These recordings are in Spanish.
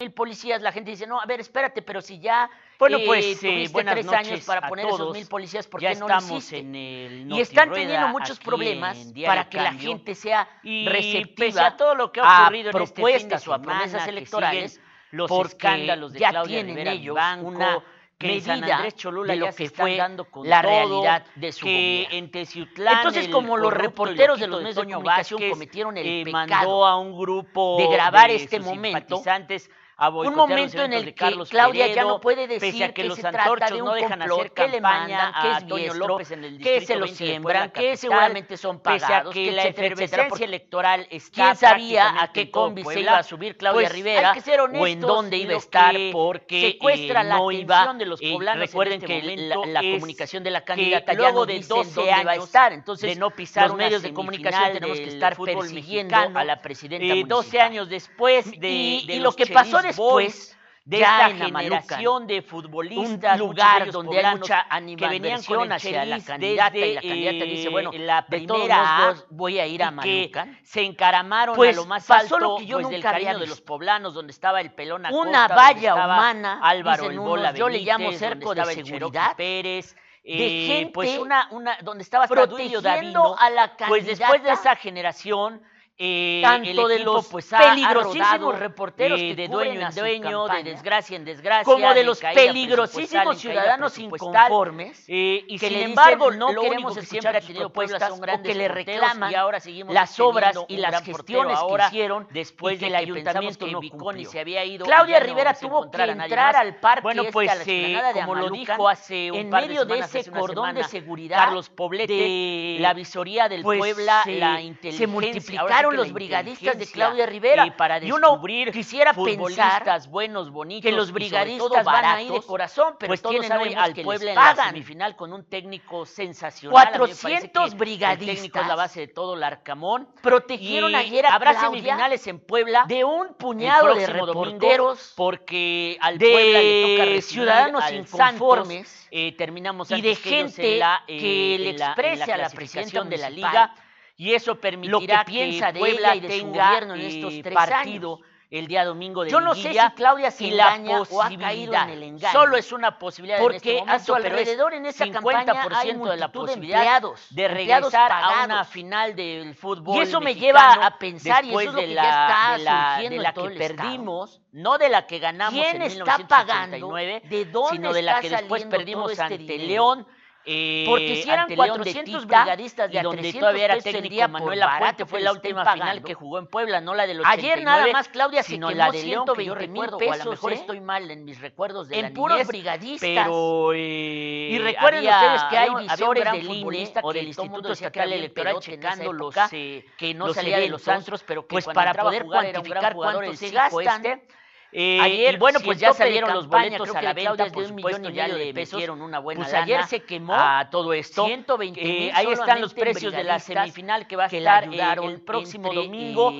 2,000 policías, la gente dice, no, a ver, espérate, pero si ya tuviste buenas 3 noches años para a poner esos todos. 1,000 policías, ¿por Ya qué no lo estamos hiciste? en el Y están Notirueda, teniendo muchos aquí problemas en Diario para que la Cambio. gente sea Y receptiva pese a todo lo que ha a ocurrido en este fin de propuestas o a semana, promesas que electorales, siguen los porque escándalos de ya Claudia tienen Rivera ellos Vivanco, una que en San medida Andrés Cholula de lo ya se que están fue dando con la todo, realidad de su que gobierno. en Teciutlán Entonces, el como los corrupto y reporteros de loquito los de medios de Toño comunicación Vázquez cometieron el mandó pecado a un grupo de grabar de este sus momento, simpatizantes a un boicotear los momento en eventos el de que Carlos Claudia ya no Peredo, puede pese a decir que que los se trata antorchos de no un dejan hacer complot, que le mandan, campaña que a es Toño diestro, López en el que se distrito lo 20 de Puebla siembran, que capital, seguramente son pese a pagados, que que la etcétera, etcétera, efervescencia porque electoral está quién sabía a prácticamente qué en todo combi se Puebla, iba a subir Claudia pues Rivera hay que ser o en honestos, dónde iba a lo estar, que porque secuestra la no iba. atención de los poblanos Recuerden en este que momento la es comunicación de la que candidata ya luego no de dice 12 dónde va a años estar. de Entonces, no pisar los una medios de comunicación semifinal tenemos que del estar fútbol persiguiendo mexicano, a la presidenta 12 municipal. años después de Y los lo que pasó Chelis Boys, después, de ya esta en Amalucan, generación de un futbolistas, muchos de lugar ellos donde hay poblanos, mucha que venían con animadversión el hacia la Chelis candidata, y desde la candidata dice, bueno, la de todos primera A, modos voy a ir a y que Amalucan. se encaramaron a Pues lo más pasó alto lo que yo pues, del nunca había cariño de los visto. poblanos, donde estaba el Pelón Acosta, Una donde valla estaba humana, Álvaro dicen el Bola unos, yo le llamo Benítez, donde cerco de estaba el Cherokee seguridad, Pérez, de gente pues donde estaba hasta Duilio protegiendo Davino, a la pues después de candidata, esa generación, el tanto de equipo los pues ha peligrosísimos rodado reporteros que de cubren dueño a en su dueño, de campaña, desgracia en desgracia, como de de los caída presupuestal peligrosísimos en caída ciudadanos presupuestal, inconformes y que sin le embargo dicen, no lo queremos único que escuchar siempre ha sus tenido propuestas Puebla son o grandes que le porteros, reclaman y ahora seguimos las obras teniendo y un las gran gestiones portero que ahora, hicieron y después que de el que pensamos ayuntamiento que no Viconi cumplió. se había ido Claudia y ya no Rivera vamos a tuvo que encontrar a nadie entrar más. al parque Bueno, a la pues explanada de como lo Amalucan, dijo hace un en par de medio de semanas, ese hace una cordón de semana, seguridad, Carlos Poblete, de la visoría del pues Puebla, la se inteligencia, multiplicaron los la brigadistas de inteligencia, Claudia Rivera, para y uno descubrir quisiera pensar futbolistas buenos, bonitos que los y sobre todo brigadistas van ahí de baratos, corazón, pero pues todos tienen hoy sabemos al que Puebla les en la pagan. semifinal con un técnico sensacional. A mí me parece 400 que el técnico es la brigadistas base de todo Larcamón. protegieron Y ayer a habrá Claudia semifinales en Puebla de un el puñado de próximo domingo, reporteros, porque al Puebla le toca de recibir ciudadanos al inconformes, Santos. Terminamos y de antes que ellos gente en que le la exprese a la presidenta clasificación de la municipal liga, y eso lo que permitirá piensa de Puebla ella y de su tenga gobierno en estos 3 partido años. el día domingo de Yo no sé si liguilla, Claudia se y la engaña o ha caído posibilidad, en el engaño, solo es una posibilidad en este porque a su momento, pero es alrededor en esa campaña hay 50% de la multitud de posibilidad empleados, de empleados regresar a una pagados. final del fútbol Y eso me mexicano lleva a pensar, y eso después es lo de que ya está de surgiendo la en todo que el estado. perdimos, no de la que ganamos ¿Quién en está pagando? 1989, ¿De dónde sino de la está que después saliendo perdimos todo este ante dinero? León, Porque si eran ante León de 400 Tita, brigadistas de y a donde 300 todavía era pesos el técnico día por Manuel barato Lapuente, fue que la le estén última final pagando. que jugó en Puebla, no la del 89, Ayer nada más Claudia se sino quemó la de León, que yo 120,000 recuerdo, o a lo pesos, mejor estoy mal en mis recuerdos de la en puros niñez, brigadistas. pero Y recuerden ustedes que hay había un visores gran del INE futbolista o que del todo mundo Instituto decía que Estatal era bien Electoral pedote en checando esa los época, que no los salía de eventos, los antros, pero que pues cuando para entraba a poder jugar era un gran cuantificar jugador, cuánto el se Zico gasta. Ayer, Y bueno, pues ya salieron los campaña, boletos creo a que la de Claudia venta, es por de 1,5 supuesto, ya millones le de pesos. metieron una buena Pues lana ayer se quemó a todo esto. 120,000 Ahí están los solamente en precios de la brigadistas semifinal que va a que la estar ayudaron el próximo entre, domingo,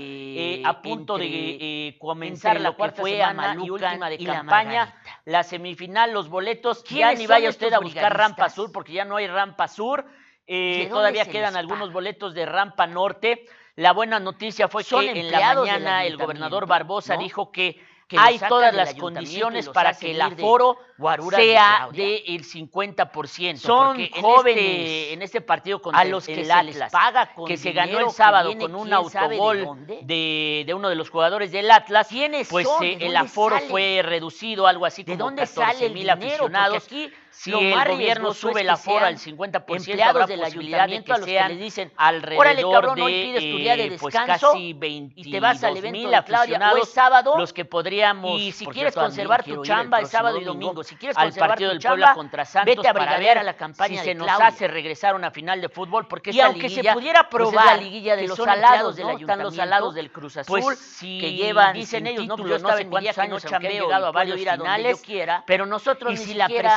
a punto entre de comenzar entre la lo que cuarta fue semana y Amalucan última de y la campaña. Margarita. La semifinal, los boletos, ya ¿Quiénes ni son vaya usted estos a buscar rampa brigadistas? sur, porque ya no hay rampa sur. ¿De dónde Todavía se quedan les algunos paga? boletos de rampa norte. La buena noticia fue Son que en la empleados del mañana el gobernador ayuntamiento, Barbosa ¿no? dijo que Que los hay sacan todas del las ayuntamiento y condiciones los para hacen que el ir de aforo guaruras de sea Claudia. del 50%. Son porque jóvenes en este partido contra a los que el se les Atlas, paga con que se ganó dinero el que sábado viene con un quién sabe de autogol dónde. de uno de los jugadores del Atlas, ¿Quiénes pues son? ¿De el dónde aforo sale? fue reducido, algo así ¿De como dónde sale 14,000 el dinero? aficionados. Porque aquí Si lo el más gobierno riesgoso sube es el que aforo al sean 50%, empleados habrá del posibilidad de ayuntamiento a que los que sean les dicen, alrededor órale, cabrón, hoy de pides tu día de pues descanso casi y te vas al 22,000 evento de Claudia, o es aficionados sábado, los que podríamos, y si por quieres cierto, también conservar tu quiero ir el chamba, es próximo sábado y domingo. Si quieres al conservar partido tu del Puebla chamba, contra Santos vete a para brigadear ver a la campaña si de se nos Claudia. hace regresar a una final de fútbol, porque Y esta aunque se liguilla, pudiera pues, es probar la liguilla de que los son salados empleados del del Están los ayuntamiento, salados del Cruz Azul, pues si que llevan dicen sin ellos, no, título, pues yo no no admitiría hace que no muchos años, aunque han chambeo llegado a y puedo varios ir a donde yo finales, quiera, pero nosotros y ni si la siquiera presión hemos es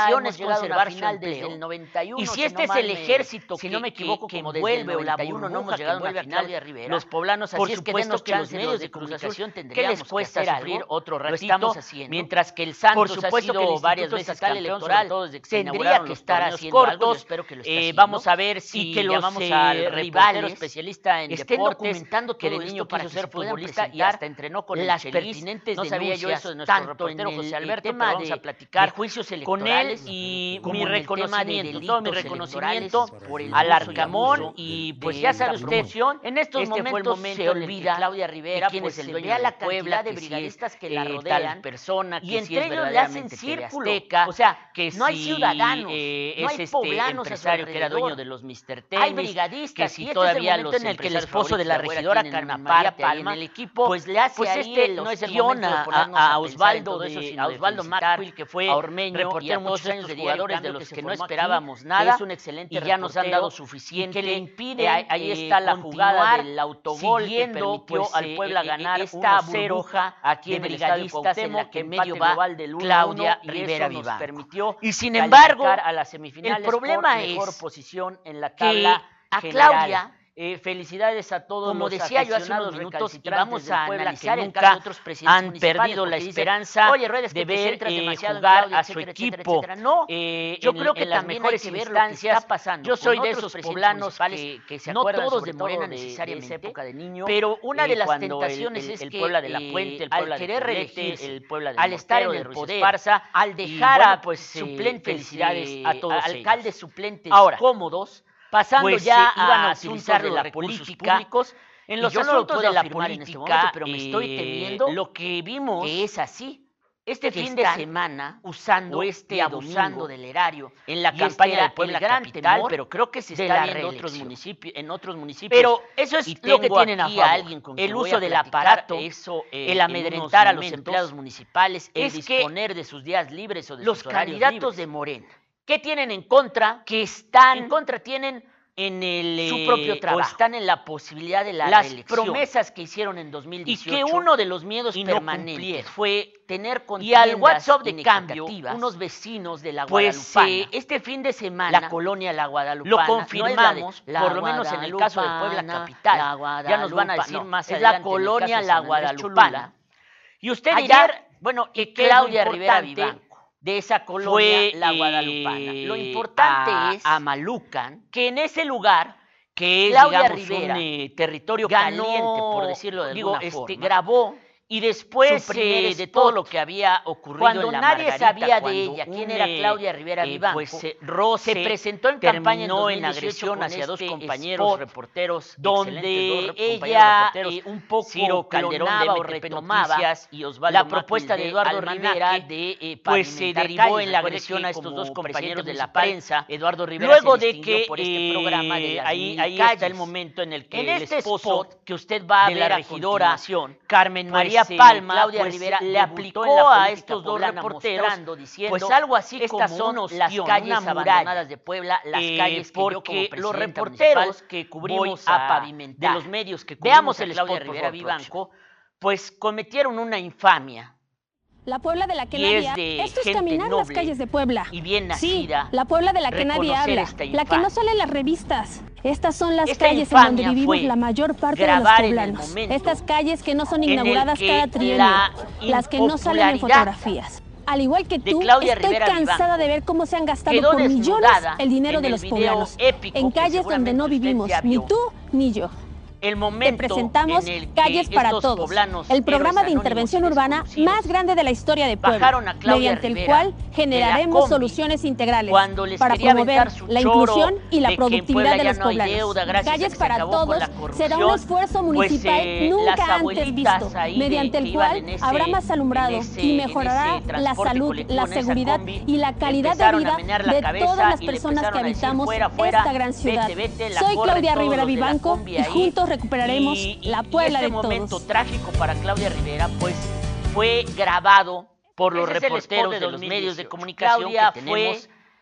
llegado a una conservar su final desde empleo. el 91. Y si este es el ejército si no me equivoco, que como desde envuelve el o la 91 no hemos burbuja que llegado a una envuelve a final, Claudia Rivera, los poblanos, por así es que supuesto denos que los chance, medios los de de Cruz comunicación Azul, ¿qué tendríamos les que cuesta hacer sufrir algo? otro Lo ratito? estamos haciendo. Mientras que el Santos Por supuesto ha sido que el varias Instituto veces Estatal campeón, Electoral sobre todo desde que se tendría inauguraron que los estar torneos haciendo algo, cortos. yo espero que lo esté haciendo. Vamos a ver Y si que los llamamos al reportero rivales especialista en estén deportes, documentando que todo de esto niño para quiso que ser se puedan futbolista y presentar hasta entrenó con las el Chelis. pertinentes No sabía yo eso de nuestro tanto reportero en José el Alberto, tema pero vamos a de platicar juicios con él electorales y como mi en el tema de reconocimiento, delitos todo mi reconocimiento por el al uso y Arcamón abuso y de pues ya sabe esta usted, promoción. en estos Este fue el momentos momento se en el que olvida Claudia Rivera, de pues, se el dueño vea de la Puebla, cantidad de que si brigadistas es, que la tal rodean persona, y que entre si es ellos le hacen verdaderamente círculo, teleazteca, o sea, que no hay si, ciudadanos, no es hay este poblanos a su empresario que era dueño alrededor. de los Mr. Hay Tenis, brigadistas que y si este todavía es el momento los en el que el empresarios esposo de la favoritos regidora tienen una Carmen María parte ahí en Palma el equipo, pues le hace pues ahí este no los es el momento de guiona ponernos a a Osvaldo pensar en todo eso, de sino a de Osvaldo felicitar McQuill, que fue a Ormeño reportero y a muchos todos años estos de Diario jugadores de Cambio, los que se no formó aquí, esperábamos que nada es un excelente y ya nos han reportero dado y suficiente. que le impide Ahí está la jugada del autogol que permitió al Puebla ganar esta 1-0 burbuja aquí de en el Estadio brigadistas en la Cuauhtémoc, que en medio medio va global del 1-1 Claudia y Rivera eso nos Vivanco. permitió Y sin embargo, calificar a las semifinales el problema por mejor es posición en la que tabla a general. Claudia, felicidades a todos como los decía yo hace unos aficionados minutos, y recalcitrantes vamos del a Puebla analizar que el caso de nunca otros presidentes han municipales, perdido la porque dicen, esperanza oye, Rueda, es de que te ver centras demasiado en jugar Claudia, a su etcétera, equipo etcétera, etcétera. No, yo creo que en las también hay mejores que ver lo que instancias. está pasando Yo soy con de otros esos presidentes poblanos municipales, que se no acuerdan todos sobre de Morena todo de esa necesariamente, época de niño, pero una de las cuando tentaciones el es que Puebla de la Puente, el Puebla al de querer Poblete, reelegirse, el Puebla de al estar en Mortero, de el Ruiz poder, Esparza, al y dejar bueno, a pues suplentes, felicidades a todos alcaldes ellos. suplentes Ahora, cómodos, pasando pues ya iban a asuntos utilizar de los la recursos política, públicos. En y los yo no lo asuntos puedo de la afirmar en este política, momento, pero me estoy temiendo lo que vimos que es así. este Que fin de están semana usando o y abusando domingo del erario en la y campaña era de Puebla el gran Capital, temor pero creo que se de está la viendo reelección. en otros municipios. Pero eso es y lo que tengo tienen a aquí favor. alguien con quien El voy uso a del platicar aparato, eso, el en amedrentar a unos los momentos, empleados municipales, es el que disponer de sus días libres o de los sus horarios candidatos libres. de Morena, ¿Qué tienen en contra? que están En contra tienen en el su propio o trabajo, están en la posibilidad de la las reelección, promesas que hicieron en y 2018 que uno de los miedos y no permanentes cumplieron. fue tener y contiendas al WhatsApp de cambio inequitativas, unos vecinos de la pues Guadalupana, este fin de semana la colonia La Guadalupana, lo no es confirmamos, la de, por lo menos en el caso de Puebla Guadalupana, Capital, la ya nos van a decir Guadalupa, más es adelante la colonia en el caso de La San Andrés Guadalupana. Cholula. Y usted Ayer, dirá, bueno, que ¿y qué es lo Claudia Rivera importante Vivanco de esa colonia fue La Guadalupana? Lo importante es a Malucan, que en ese lugar que es, Claudia digamos, Rivera un territorio ganó, caliente, por decirlo de alguna forma. grabó Y después su primer de spot. todo lo que había ocurrido Cuando en la nadie Margarita, sabía de cuando ella quién era un, Claudia Rivera Vivanco, pues, roce se presentó en campaña en terminó 2018 agresión con hacia dos este compañeros spot reporteros, donde excelentes compañeros ella reporteros, un poco Ciro Calderón de clonaba o MTP retomaba Noticias y Osvaldo la Macri propuesta de de Eduardo Almanaque, Rivera de pues se pavimentar derivó calles. en la Recuerde agresión que a estos como dos compañeros de la municipal, prensa. Eduardo Rivera Luego se de distinguió que por este programa de las ahí mil está el calles. momento en el que En el este esposo spot que usted va a de ver la a regidora continuación, Carmen pues, María Palma, Claudia pues, Rivera le debutó aplicó en la a política estos dos poblana reporteros, mostrando, diciendo, pues algo así estas como son unos las guiones, calles una abandonadas muralla. de Puebla, las calles que yo como Porque los presidenta reporteros municipal que voy cubrimos a pavimentar. de los medios que Veamos cubrimos a el Claudia spot, por Rivera favor, Vivanco, pues cometieron una infamia. La Puebla de la que Y nadie es habla. de Esto es gente caminar las noble calles de Puebla. y bien Sí, nacida, la Puebla de la que nadie reconocer habla. esta La que no infamia. sale en las revistas. Estas son las Esta calles en donde infamia vivimos fue la mayor parte de los grabar en el poblanos. momento Estas calles que no son en el inauguradas que cada trienio. la Las que no salen en impopularidad fotografías. Al igual que de tú, Claudia estoy Rivera cansada Vivanco de ver cómo se han gastado quedó por millones desnudada el dinero en de el los video poblanos. épico En que calles donde no seguramente usted vivimos, ya ni vio. tú ni yo. El Te momento presentamos en el que Calles para estos Todos, poblanos, el programa héroes de intervención anónimos y urbana desconocidos, más grande de la historia de Puebla, bajaron a Claudia mediante el Rivera cual de la generaremos combi soluciones integrales cuando les para quería promover aventar su la choro inclusión y la de que en productividad Puebla de ya los no hay poblanos. deuda, gracias a Calles que se para acabó con Todos la será un corrupción, esfuerzo municipal pues, nunca las antes abuelitas visto, ahí mediante que el iban cual en ese- habrá más alumbrado en ese- y en mejorará ese la transporte salud, colectivo, la en esa seguridad combi, y la calidad de empezaron a vida menear la de cabeza todas las y le personas que empezaron a decir, habitamos "Fuera, fuera, esta gran ciudad". vete, vete, la Soy corren Claudia todos Rivera los de la Vivanco combi y ahí. juntos recuperaremos la Puebla este de momento todos. trágico para Claudia Rivera, pues fue grabado por los Ese es el spot reporteros de de los medios de 2018. comunicación Claudia que tenemos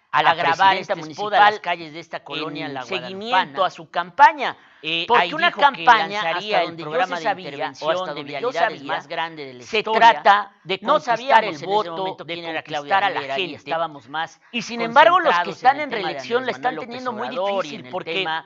a la grabar presidenta municipal de las calles de esta colonia, en la seguimiento a su campaña. Porque una campaña lanzaría hasta el programa de intervención hasta de donde yo vialidades sabía, más grande de la se historia, trata de no conquistar sabíamos el en ese voto, momento de quién era conquistar Claudia a la Rivera, y gente. estábamos más Y sin embargo, los que concentrados están el en tema de reelección la Andrés están Manuel teniendo muy López Obrador y difícil en el porque tema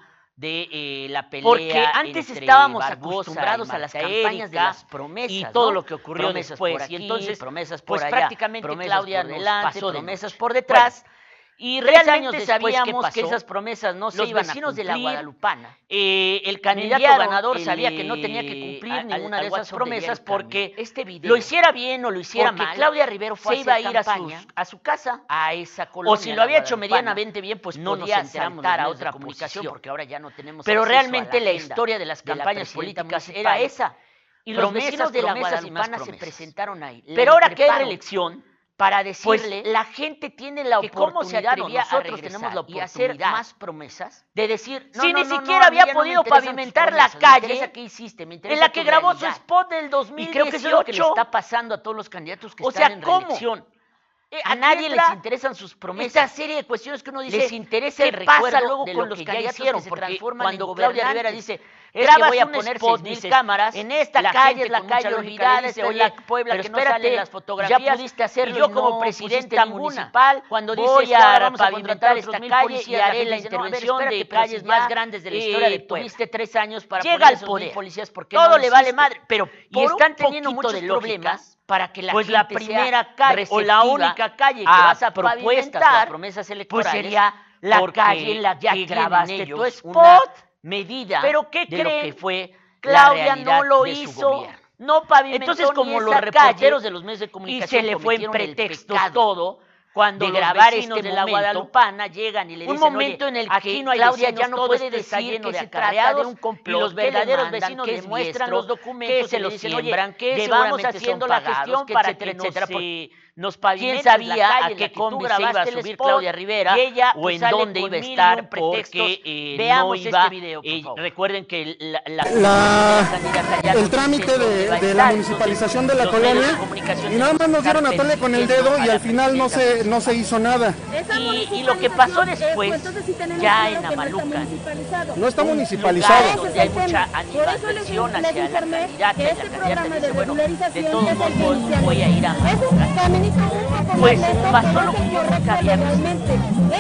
de la pelea porque antes entre estábamos Barbosa acostumbrados y a las Marta campañas de Erika, las promesas, y todo ¿no? lo que ocurrió Promesas después, por aquí, y entonces promesas por pues allá, prácticamente promesas Claudia por nos delante, pasó de promesas noche. por detrás. Bueno, Y 3 años realmente después, ¿qué sabíamos que pasó? esas promesas no se Los iban a vecinos de la cumplir. Guadalupana El candidato enviaron ganador sabía que no tenía que cumplir ninguna de esas WhatsApp de promesas Diario porque Cambio este video, lo hiciera bien o lo hiciera porque mal, Claudia Rivera fue se iba a ir campaña a su casa. a esa colonia. O si lo había hecho Guadalupana, medianamente bien, pues no nos podía enteramos saltar a los medios de otra comunicación, posición. porque ahora ya no tenemos Pero acceso realmente a la la agenda historia de las de la campañas presidenta políticas municipal. era esa. Y los vecinos de la promesas y más Guadalupana se promesas. presentaron ahí. Pero ahora que hay increparon reelección, para pues decirle la gente tiene la que cómo se oportunidad, o atrevía a nosotros regresar tenemos la y hacer oportunidad más promesas de decir, no, si no, ni no, siquiera no, a había mí ya no me podido interesan tus pavimentar la promesas, me calle interesa qué hiciste, me en interesa la que tu grabó su realidad. spot del Y 2018. creo que eso es lo que le está pasando a todos los candidatos que O están sea, en ¿cómo? reelección. A Aquí nadie entra les interesan sus promesas. Esta serie de cuestiones que uno dice, Les interesa ¿qué el pasa recuerdo luego de con lo los que ya candidatos hicieron? que se Porque transforman en cuando Claudia Rivera gobernantes? dice, Grabas voy a un poner spot, 6,000 dices, cámaras, en esta la calle gente es la con mucha calle lógica olvidada, le dice, oye, Puebla, pero que no espérate, salen las ya fotografías, pudiste hacerlo y yo y como no presidenta pusiste ninguna. municipal, Cuando voy dices que ahora a vamos a pavimentar contratar esta otros 1000 calle y policías, haré la la gente dice, no, a ver, intervención espérate, de pero calles si más ya, grandes de la historia de Puebla. tuviste 3 años para Llega poner al esos 1000 poder. policías, ¿por qué Todo no le lo vale hiciste? madre, pero Y por están un teniendo poquito muchos de lógica, problemas para que la pues gente la primera sea calle o la receptiva única calle que a vas a propuestas o a pavimentar, promesas pues electorales, sería la porque calle en la ya que tienen grabaste ellos tu una spot. medida Pero ¿qué de lo creen? que fue Claudia la realidad no lo de su hizo, gobierno. no pavimentó Entonces, como ni los esa reporteros calle, de los medios de y comunicación se le fue en cometieron el pretextos pecado todo, cuando de los grabar vecinos este de la momento, Guadalupana llegan y le un dicen, momento oye, en el aquí que no hay Claudia vecinos, ya no todo puede esto está decir lleno que de se trata de acarreados, un complot, y los que le verdaderos mandan, vecinos que le es muestran diestro, los documentos, que se y le los dicen, siembran, oye, que llevamos seguramente haciendo son la pagados, gestión que para etcétera, que etcétera, si nos ¿Quién pavimentas sabía la calle a en la qué que tú combi se iba a grabaste el subir spot, Claudia Rivera y ella o pues, en sale dónde con iba a 1000 y un estar? pretextos? Porque Veamos no iba, este video, por favor. recuerden que candidata ya el nos trámite dice dónde va a de estar, la entonces, municipalización de la los medios de colonia comunicación y nada más nos dieron a están tole con el persiguiendo dedo a y la al final no presidenta se hizo nada. Y lo que pasó después, ya en Amalucan, No está lugar municipalizado. donde hay mucha animadversión hacia la candidata y la candidata dice, bueno, de todos modos voy a ir a Amalucan. Pues pasó lo que yo nunca había visto.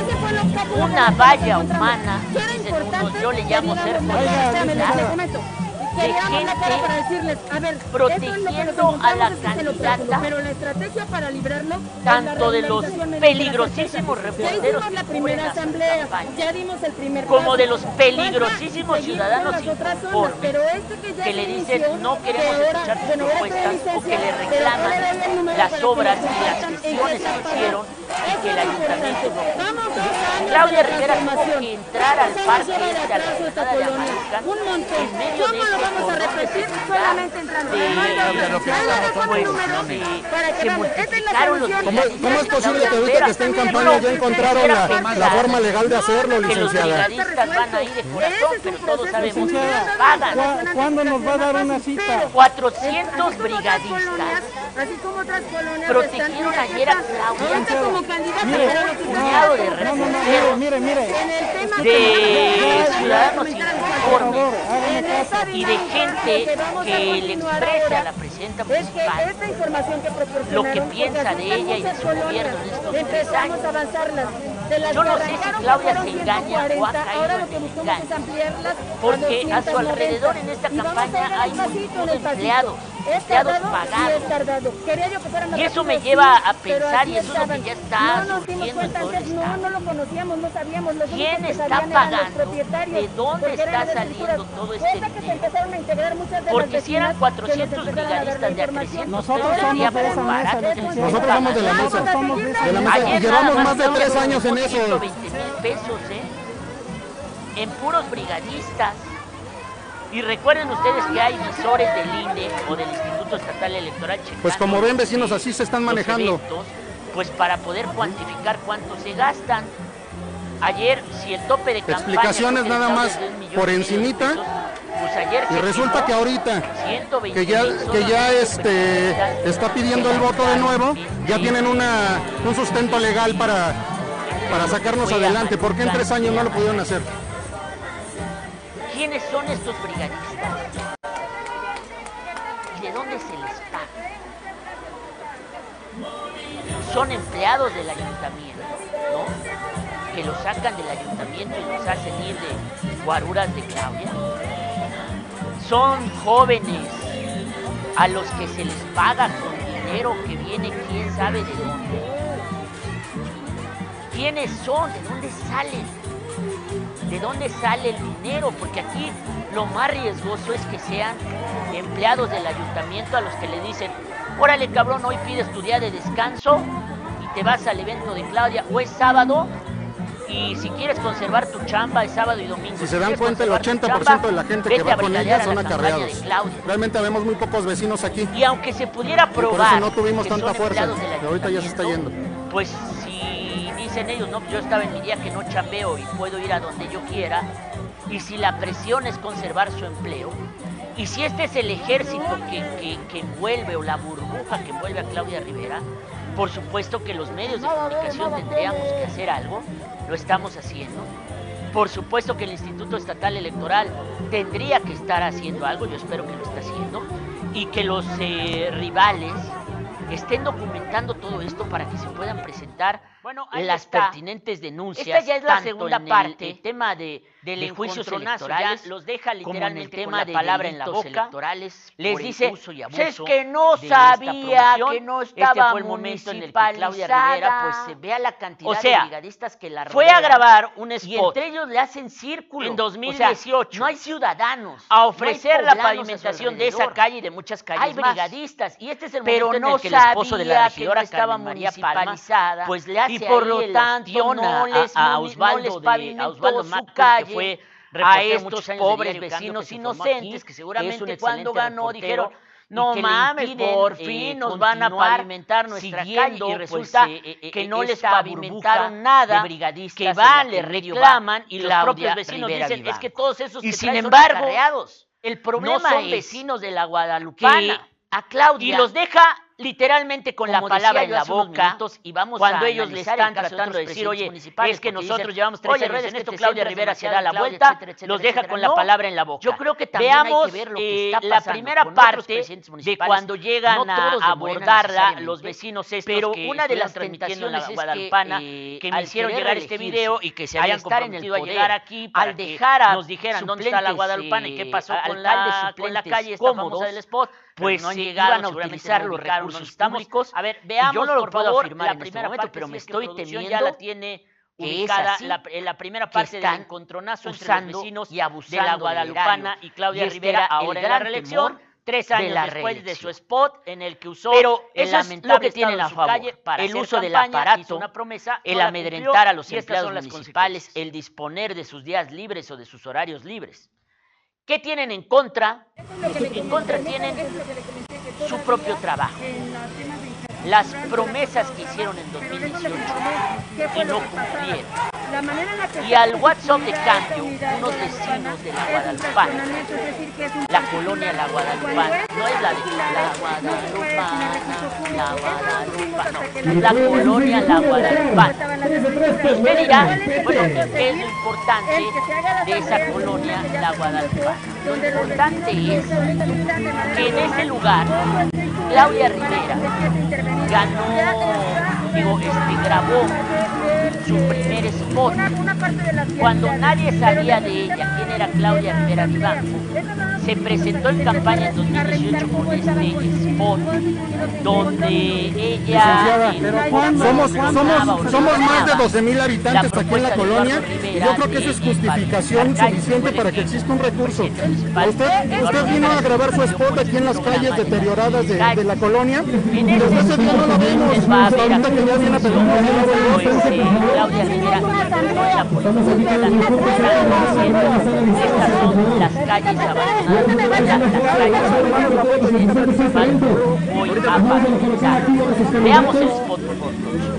Una valla humana, dicen unos, yo le llamo ser de gente protegiendo a la candidata, tanto de los peligrosísimos reporteros que cubren las campañas, como de los peligrosísimos ciudadanos inconformes que le dicen no queremos escuchar tus propuestas o que le reclaman las obras y las gestiones que hicieron y que el ayuntamiento no cumplió. Claudia Rivera tuvo que entrar al parque a la explanada de Amalucan en medio de este cordón de seguridad se multiplicaron los ¿Cómo es posible que ahorita que está en campaña ya encontraron la forma legal de hacerlo, que los licenciada? brigadistas van ahí de corazón, pero todos sabemos que les pagan. ¿Cuándo nos va a dar una cita? 400 brigadistas protegieron ayer a Claudia, puñado de reporteros, de ciudadanos inconformes y de gente que le expresa a la presidenta municipal lo que piensa de ella y de su gobierno en estos 3 años. Yo no sé si Claudia se engaña o ha caído en el engaño, porque a su alrededor en esta campaña hay multitud de empleados pagados. Y eso me lleva a pensar, y eso es lo que ya está surgiendo en todo el estado. ¿Quién está pagando? ¿De dónde está saliendo todo este dinero? Porque si eran 400 brigadistas de acrecientos, Nosotros sería somos de esa por mesa, barato. nosotros somos de la mesa. De la mesa. Y Ayer llevamos nada más de 3 años en gastamos eso. 120,000 pesos, en puros brigadistas. Y recuerden ustedes que hay visores del INE o del Instituto Estatal Electoral checando Pues como ven, vecinos, así se están los manejando. eventos, pues para poder cuantificar cuánto se gastan. Ayer, si el tope de campaña... Explicaciones nada más por encimita. Pues ayer Y resulta que ahorita que ya está pidiendo el voto de nuevo, ya tienen un sustento legal para para sacarnos adelante. ¿Por qué en 3 años no lo pudieron hacer? ¿Quiénes son estos brigadistas? ¿Y de dónde se les paga? Son empleados del ayuntamiento, ¿no? Que los sacan del ayuntamiento y los hacen ir de guaruras de Claudia. Son jóvenes a los que se les paga con dinero que viene quién sabe de dónde. ¿Quiénes son? ¿De dónde salen? ¿De dónde sale el dinero? Porque aquí lo más riesgoso es que sean empleados del ayuntamiento a los que le dicen: órale cabrón, hoy pides tu día de descanso y te vas al evento de Claudia, o es sábado y si quieres conservar tu chamba es sábado y domingo. Si se dan cuenta, el 80% de la gente que va con ella son acarreados. Realmente vemos muy pocos vecinos aquí. Y aunque se pudiera probar, por eso no tuvimos que tanta son fuerza, empleados del pero ahorita ya se está yendo. Pues si dicen ellos, no, yo estaba en mi día que no chambeo y puedo ir a donde yo quiera, y si la presión es conservar su empleo, y si este es el ejército que envuelve, o la burbuja que envuelve a Claudia Rivera, por supuesto que los medios de comunicación tendríamos que hacer algo, lo estamos haciendo. Por supuesto que el Instituto Estatal Electoral tendría que estar haciendo algo, yo espero que lo esté haciendo, y que los rivales estén documentando todo esto para que se puedan presentar las pertinentes denuncias. Esta ya es la segunda parte, el tema de juicios electorales, los deja literalmente el tema de palabra en la boca, electorales, les dice: es que no sabía, que no estaba fue el momento en el que Claudia Rivera pues se vea la cantidad de brigadistas que la rodean. Fue a grabar un spot, y entre ellos le hacen círculo en 2018. No hay ciudadanos a ofrecer la pavimentación de esa calle y de muchas calles más. Hay brigadistas, y este es el momento en el que el esposo de la regidora estaba municipalizada, pues le hace, y por lo tanto no les pavimentó su calle, que fue a estos pobres vecinos inocentes que seguramente cuando ganó dijeron: no mames, por fin nos van a pavimentar nuestra calle, y resulta que no les pavimentaron nada, que van, le reclaman, y los propios vecinos dicen: es que todos esos que sin embargo son acarreados. El problema no son vecinos de la Guadalupana, a Claudia, y los deja literalmente con la palabra en la boca, y vamos cuando ellos le están tratando de decir: oye, es que nosotros llevamos 3 años en esto, Claudia Rivera se da la vuelta, los deja con la palabra en la boca. Yo creo que también veamos hay que ver lo que está la primera parte de cuando llegan a abordarla los vecinos estos, pero una de las tentaciones la Guadalupana que me hicieron llegar este video y que se habían comprometido a llegar aquí al dejar a nos dijeran dónde está la Guadalupana y qué pasó con la calle esta famosa del spot, pues no iban a utilizar los recursos públicos. A ver, veamos, yo no lo puedo afirmar en este momento, pero me estoy temiendo ya la tiene ubicada la primera parte del encontronazo entre los vecinos y de la Guadalupana y Claudia Rivera ahora en la reelección, 3 años después de su spot en el que usó el lamentable tienen a favor el uso del aparato, el amedrentar a los empleados municipales, el disponer de sus días libres o de sus horarios libres. ¿Qué tienen en contra? En contra tienen su propio trabajo. Las promesas que hicieron en 2018 y no cumplieron. Y al WhatsApp de cambio, unos vecinos de la Guadalupana, la colonia La Guadalupana, no es la de la Guadalupana, no, la colonia La Guadalupana. Usted dirá, bueno, ¿qué es lo importante de esa colonia La Guadalupana? Lo importante es que en ese lugar Claudia Rivera grabó su primer spot cuando nadie sabía de ella quién era Claudia Rivera Vivanco. Se presentó en campaña en 2018 con este spot donde ella somos más de 12,000 habitantes aquí en la colonia, y yo creo que eso es justificación suficiente para que exista un recurso. Usted vino a grabar su spot aquí en las calles deterioradas de la colonia, y desde ese día no lo vimos. Ahorita que ya viene a Claudia Rivera no es la política, estas son las calles abandonadas, hoy apartadas. Veamos el spot, por favor.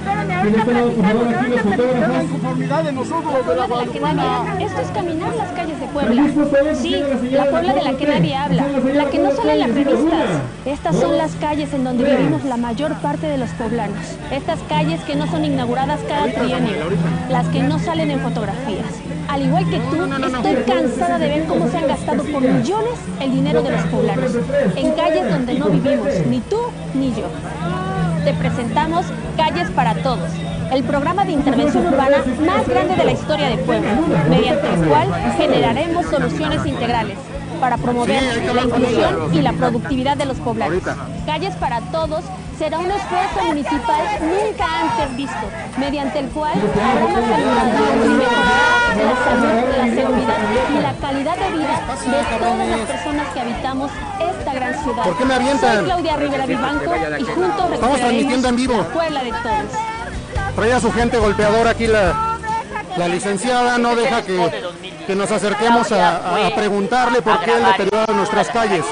Esto es caminar las calles de Puebla. Sí, la Puebla de la que nadie habla, la que no sale en las revistas. Estas son las calles en donde vivimos la mayor parte de los poblanos. Estas calles que no son inauguradas cada trienio. amigo, las que no salen en fotografías. Al igual que tú, estoy cansada de ver cómo se han gastado por millones el dinero de los poblanos, en calles donde no vivimos, ni tú ni yo. Te presentamos Calles para Todos, el programa de intervención urbana más grande de la historia de Puebla, mediante el cual generaremos soluciones integrales para promover la inclusión y la productividad de los poblanos. Calles para Todos será un esfuerzo municipal nunca antes visto, mediante el cual habrá más educación y mejorar la salud, la seguridad y la calidad de vida de todas las personas que habitamos esta gran ciudad. ¿Por qué me avientan? Soy Claudia Rivera Vivanco y juntos estamos transmitiendo en vivo. La Puebla de todos. Trae a su gente golpeadora aquí la licenciada, no deja que nos acerquemos a preguntarle por qué el deterioro de nuestras calles.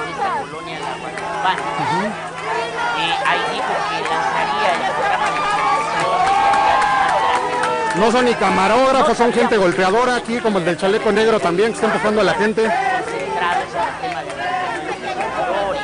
Ahí dijo que lanzaría el programa de intervención. No son ni camarógrafos, son gente golpeadora aquí, como el del chaleco negro también, que está empujando a la gente. Concentrados en el tema de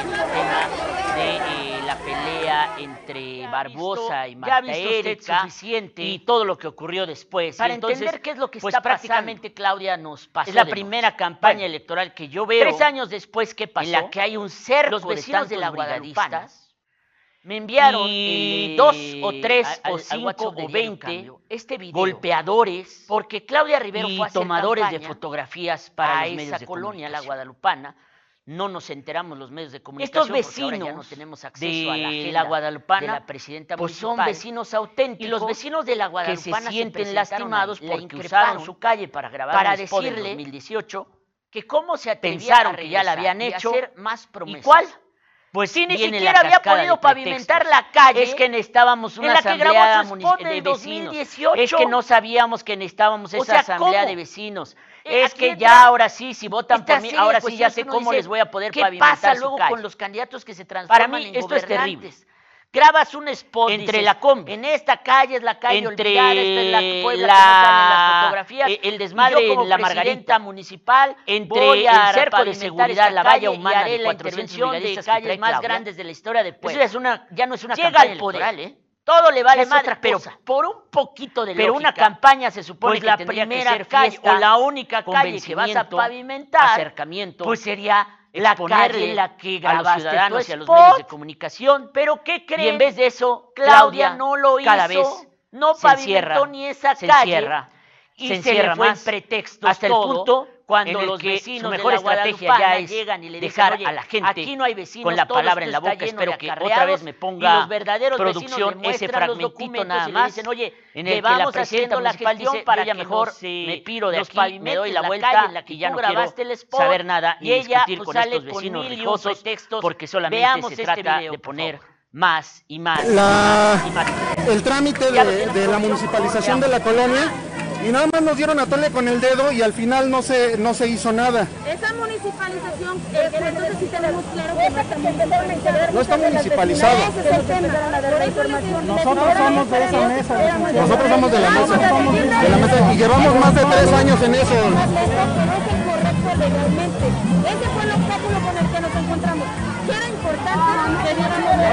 la pelea entre Barbosa y Marta Erika suficiente y todo lo que ocurrió después. Para entonces, entender qué es lo que pues está prácticamente pasando. Claudia nos pasó. Es la de primera nos. campaña electoral que yo veo. 3 años después, ¿qué pasó? En la que hay un cerco los vecinos de la brigadistas Guadalupana me enviaron y 2 o 3 o 5 5 o 20 golpeadores golpeadores, porque Claudia Rivero y fue a hacer tomadores de campaña fotografías para a los medios esa de colonia, la comunicación. Guadalupana. No nos enteramos los medios de comunicación. Estos porque ahora ya vecinos no tenemos acceso a la de agenda la Guadalupana, de la presidenta pues son municipal. vecinos auténticos, Y los vecinos de la que Guadalupana se sienten presentaron lastimados ahí, porque le usaron increparon su calle para grabar para un spot en decirle 2018, que cómo se atrevía pensaron a que ya la regresar habían y hecho, hacer más promesas. ¿y cuál? Pues Si ni viene siquiera la había cascada podido de pavimentar pretextos. la calle, Es que necesitábamos en una la que grabó asamblea su spot de en vecinos. 2018. Es que no sabíamos que necesitábamos O esa sea, asamblea ¿cómo? de vecinos. Es Es que aquí ya entra ahora sí, si votan por esta mí, serie de ahora sí ya cuestiones sé que uno cómo dice, les voy a poder ¿qué pavimentar pasa su luego calle. con los candidatos que se Para transforman mí en esto es terrible. gobernantes? Grabas un spot, Entre dices, la combi, en esta calle es la calle entre olvidada, esta es la Puebla la- que no sale en las fotografías, el desmadre y yo como en la presidenta Margarita, municipal entre voy a el cerco de pavimentar seguridad, esta la valla calle y humana haré de la 400 intervención de brigadistas que calles trae más Claudia. grandes de la historia de Eso Puebla. ya es ya no es una Llega campaña al poder, electoral, ¿eh? todo le vale Es madre, otra pero cosa. por un poquito de Pero lógica, una campaña se supone pues que la tendría que primera ser calle fiesta, o la única calle que vas a convencimiento, pavimentar, acercamiento, pues sería la exponerle calle en la que a los grabaste ciudadanos tu y a los spot. medios de comunicación. Pero ¿qué creen? Y en vez de eso, Claudia no lo hizo, cada vez no se pavimentó encierra, ni esa se calle, encierra, y se se encierra le fue en más, pretextos hasta el todo, punto cuando en el los que vecinos su de mejor la estrategia Guadalupana ya es llegan y le dejar dicen, a la gente aquí no hay vecinos, con la todo palabra esto en la está boca. lleno Espero de que acarreados, otra vez me y ponga los verdaderos producción vecinos ese demuestran los fragmentito documentos nada y le más, dicen, oye, en le el que la vamos presidenta haciendo la municipal gestión dice, para yo ya que mejor nos, me piro de nos aquí, me doy la pavimentes vuelta en la que y ya tú no quiero grabaste el spot, saber nada y ni ella, discutir pues, con sale estos con vecinos 1000 y un rijosos, pretextos. porque solamente Veamos se este trata video, de por poner favor. más y más y más. El trámite de la municipalización de la colonia, y nada más nos dieron a tole con el dedo y al final no se hizo nada. Esa municipalización, entonces sí tenemos claro que no está municipalizado. No está municipalizado. Ese es el tema. Por eso les digo, Nosotros somos de esa mesa. Nosotros somos de la mesa y llevamos más de 3 años en eso. pero es el correcto legalmente. Ese fue el obstáculo con el que nos encontramos. Que era importante que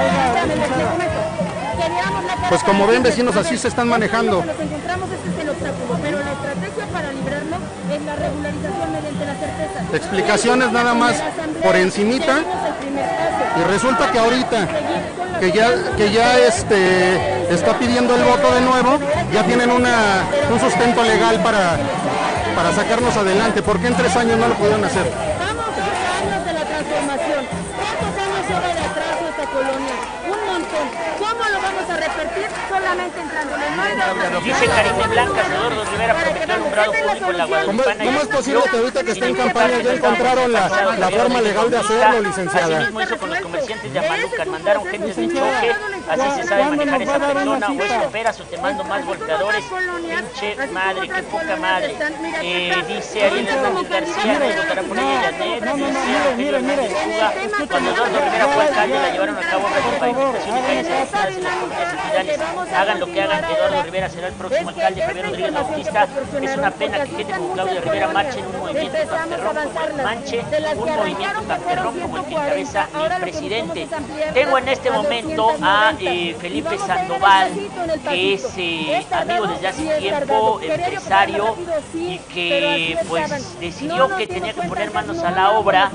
diéramos la Pues como ven, vecinos, así se están manejando. Nos encontramos, ese es el obstáculo, pero la estrategia para librarlo es la regularización mediante la certeza. Explicaciones nada más por encimita. Y resulta que ahorita que ya está pidiendo el voto de nuevo, ya tienen un sustento legal para sacarnos adelante. ¿Por qué en 3 años no lo pudieron hacer? Vamos 2 años de la transformación. ¿Cuántos años lleva de atraso esta colonia? Un montón. ¿Cómo lo vamos a repetir? Solamente entrándole. No hay otra. Dice Karime Blanca, Eduardo Rivera prometió alumbrado público en la Guadalupana. ¿Cómo es posible que ahorita que está en campaña ya encontraron la forma legal de hacerlo, licenciada? Asimismo hizo con los comerciantes de Amalucan, mandaron gente de choque, así se sabe manejar esa persona, o esperas o te mando más golpeadores, pinche madre, qué poca madre. Dice Ariel Hernández García, no votará por ella Yanet, dice Rogelio Hernández Puga, cuando Eduardo Rivera fue alcalde la llevaron a cabo obras de pavimentación y calles adicionales en las comunidades epidales. Hagan lo que hagan, Eduardo Rivera será el próximo alcalde. Javier Rodríguez Bautista, es una pena que gente como Claudia Rivera marche en un movimiento tan perrón como el manche, un movimiento tan perrón como el que encabeza mi presidente. Tengo en este momento a Felipe Sandoval, que es amigo desde hace tiempo, empresario, y que pues decidió que tenía que poner manos a la obra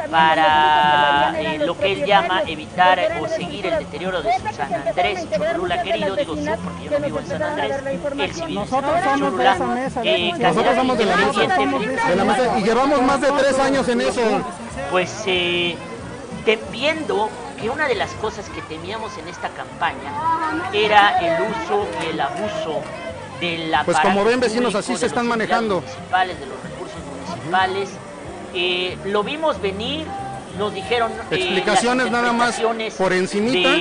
para lo que él llama evitar o seguir el deterioro de su San Andrés Cholula querido. Digo su porque yo no vivo en San Andrés, él sí vive en San Andrés Cholula. Nosotros somos de la mesa y llevamos más de 3 años en eso. Pues viendo que una de las cosas que temíamos en esta campaña era el uso y el abuso de la pues como ven, vecinos, así se están manejando municipales, de los recursos municipales. Lo vimos venir, nos dijeron explicaciones nada más por encimita,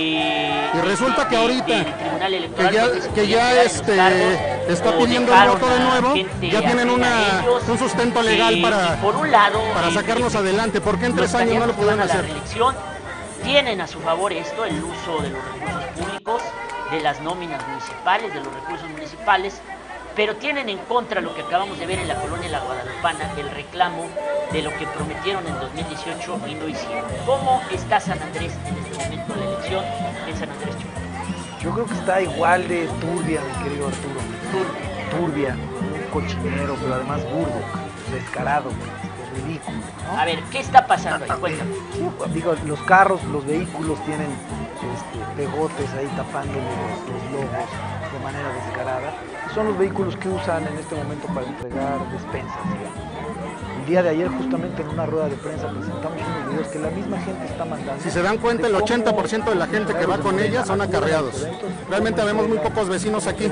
y resulta que ahorita que ya está pidiendo el voto de nuevo, ya tienen un sustento legal para sacarnos adelante. ¿Por qué en 3 años no lo pudieron hacer? Tienen a su favor esto, el uso de los recursos públicos, de las nóminas municipales, de los recursos municipales, pero tienen en contra lo que acabamos de ver en la colonia La Guadalupana, el reclamo de lo que prometieron en 2018 y no hicieron. ¿Cómo está San Andrés en este momento, la elección en San Andrés Cholula? Yo creo que está igual de turbia, mi querido Arturo. Turbia, un cochinero, pero además burdo, descarado, ridículo, ¿no? A ver, ¿qué está pasando ahí? Cuéntame. Digo, los carros, los vehículos tienen pegotes ahí tapándole los logos de manera descarada. Son los vehículos que usan en este momento para entregar despensas, digamos. El día de ayer, justamente en una rueda de prensa, presentamos unos videos que la misma gente está mandando. Si se dan cuenta, el 80% de la gente que va con ella son acarreados. Realmente vemos muy pocos vecinos aquí.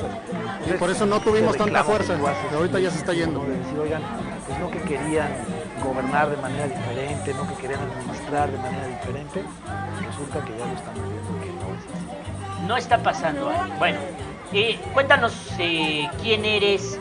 Y por eso no tuvimos tanta fuerza, que ahorita ya se está yendo. De decir, oigan, pues no que querían gobernar de manera diferente, no que querían administrar de manera diferente, resulta que ya lo están viendo que no es así. No está pasando. Bueno, cuéntanos quién eres,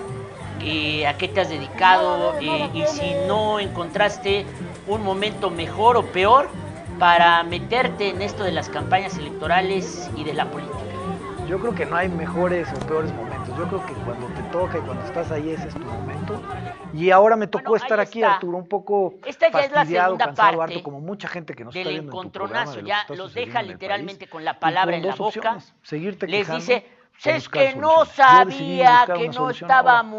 a qué te has dedicado, y si no encontraste un momento mejor o peor para meterte en esto de las campañas electorales y de la política. Yo creo que no hay mejores o peores momentos. Yo creo que cuando te toca y cuando estás ahí, ese es tu momento. Y ahora me tocó estar aquí, Arturo, un poco esta ya fastidiado, es la segunda cansado, parte harto, como mucha gente que nos del está viendo encontronazo. en tu Ya programa, los deja literalmente con la palabra con en la dos boca. opciones, seguirte Les quejando, dice, o es buscar que no soluciones. Yo decidí sabía buscar que una no solución estaba ahora.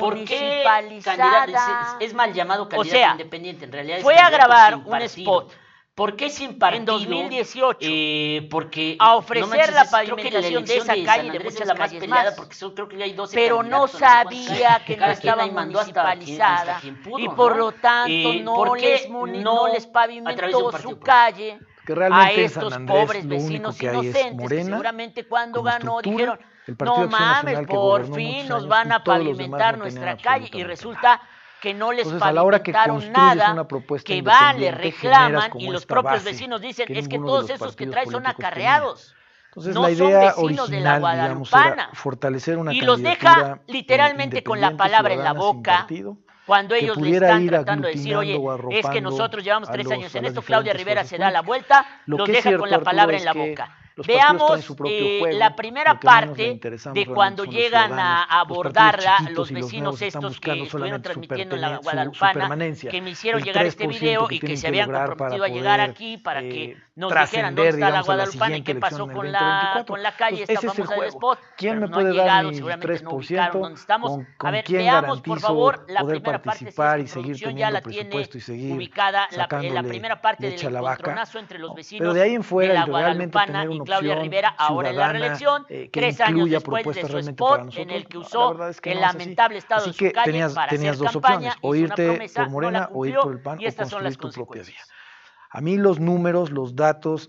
municipalizada. Es mal llamado candidato sea, independiente, en realidad es fue a candidato grabar sin un partido. spot ¿Por qué sin partido? en 2018 porque a ofrecer no manches, la creo que la pavimentación de elección esa calle San y de Andrés muchas es la más calles peleada más. porque creo que hay 12 Pero no candidatos, no sé cuántos sabía hay. que no Cada quien estaba ahí mandó hasta municipalizada quien pudo, y ¿no? por lo tanto ¿por qué no les a través de un pavimentó partido su político? calle Que a realmente en San estos Andrés pobres lo único vecinos que hay es inocentes que Morena, seguramente cuando como ganó estructura, dijeron, el Partido no Acción mames, Nacional que por gobernó fin muchos nos años, van y a todos los demás pavimentar no tenían nuestra calle y absolutamente resulta que no les Entonces, a la hora que pavimentaron construyes nada, una propuesta que van, le independiente, reclaman generas como y los esta propios base vecinos dicen, que es que ninguno de todos los esos que partidos traes son políticos acarreados. Entonces no la son idea vecinos de la original, digamos, Guadalupana. era fortalecer una Y los candidatura deja literalmente con la independiente, palabra en la ciudadana, sin boca, partido, cuando que ellos le pudiera están ir tratando de decir, oye, aglutinando o es que arropando nosotros llevamos a 3 años en las esto, Claudia diferentes Rivera fuerzas se da la políticas. vuelta, Lo los que es deja cierto, con la Arturo, palabra es en la que boca. los partidos Veamos traen su propio juego, la primera lo que menos le parte interesamos de realmente cuando son los llegan ciudadanos, a los partidos abordarla chiquitos los y los vecinos nuevos están estos que buscando estuvieron solamente su transmitiendo en la su Guadalupana, permanencia, que me hicieron el llegar este 3% video que y que tienen se habían lograr comprometido para a llegar poder, aquí para que nos dijeran dónde está la Guadalupana y qué pasó con la calle, esta ese es el famosa del juego. spot. ¿Quién Pero me no han puede dar llegado, mi seguramente no ubicaron 3%? dónde estamos. ¿Con A ver, quién veamos por garantizo favor la poder primera parte, participar si y es seguir producción ya teniendo la tiene presupuesto y seguir ubicada la sacándole primera parte del leche a la vaca? encontronazo entre los vecinos Pero de ahí en fuera, de la y realmente Guadalupana tener y una Claudia opción Rivera ahora en la ciudadana, reelección, que 3 años incluya después de propuestas su realmente para spot nosotros, en el que la usó verdad es que el no es así. lamentable estado Así de su que calle tenías para hacer dos campaña, opciones, o hizo una irte promesa, por Morena no la o ir cumplió, por el PAN y o estas son las construir tu propia vía. consecuencias. A mí los números, los datos,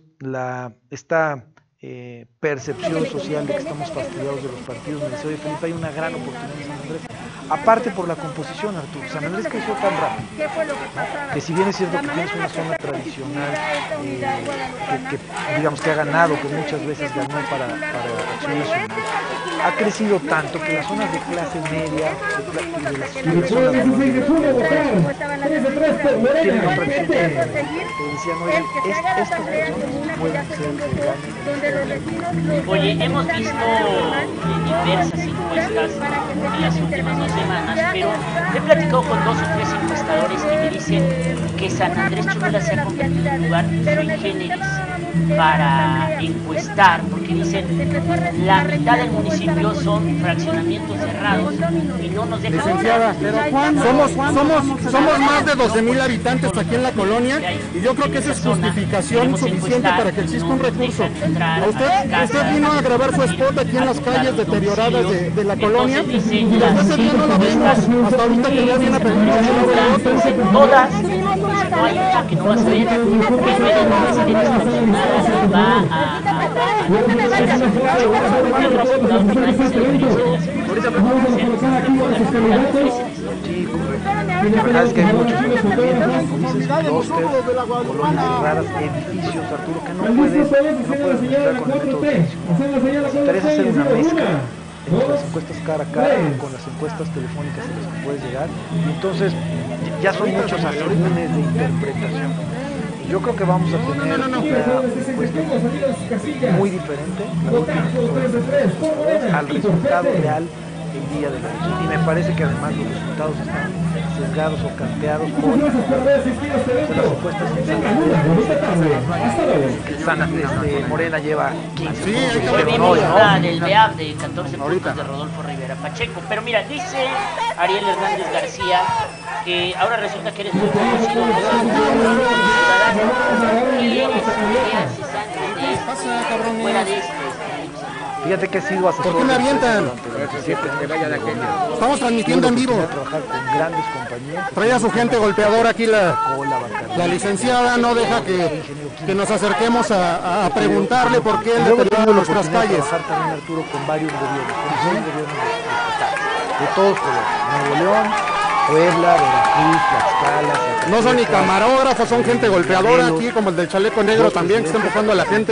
esta percepción social de que estamos fastidiados de los partidos, me dice, oye Felipe, hay una gran oportunidad en San Andrés. Aparte por la composición, Arturo, San Andrés creció tan rápido, que si bien es cierto que tienes una zona tradicional que digamos que ha ganado, que muchas veces ganó para Acción Nacional, ha crecido tanto que las zonas de clase media, de las zonas tienen otra visión. Te decían, oye, estas personas pueden ser el que ganen. Oye, hemos visto diversas encuestas en las últimas 2 semanas, pero he platicado con 2 o 3 encuestadores que me dicen que San Andrés Cholula se ha convertido en un lugar sui generis, para encuestar, porque dicen la mitad del municipio son fraccionamientos cerrados y no nos dejan. Licenciada, somos más de 12,000 habitantes aquí en la colonia y yo creo que esa es justificación suficiente para que exista un recurso. Usted vino a grabar su spot aquí en las calles deterioradas de la colonia y después ese día no lo vimos hasta ahorita que ya viene a pedir todas, no hay una que no va a saber, que no va Sí, correcto. La verdad es que hay muchos emprendimientos, como dices, clústeres, colonias cerradas, edificios, Arturo, que no puedes mezclar con el método tradicional. Nos interesa hacer una mezcla entre las encuestas cara a cara con las encuestas telefónicas a las que puedes llegar. Y entonces ya son muchos asegúnes de interpretación. Y yo creo que vamos a tener una encuesta muy diferente al resultado real el día de la elección. Y me parece que además los resultados están sesgados o canteados por las encuestas en Morena lleva 15. Sí, hoy vimos una del BEAP de 14 puntos de Rodolfo Rivera Pacheco. Pero mira, dice Ariel Hernández García que ahora resulta que eres muy conocido fuera de Fíjate que he sido asesor. ¿Por qué me avientan? Estamos transmitiendo en vivo. Trabajar con grandes compañías. Trae a su gente golpeadora aquí la licenciada, no deja que nos acerquemos a preguntarle por qué el deterioro de nuestras calles. Trabajar también, Arturo, con varios gobiernos, de todos colores. Nuevo León, Puebla, Veracruz, Tlaxcala. No son ni camarógrafos, son gente golpeadora aquí, como el del chaleco negro también, que está empujando a la gente.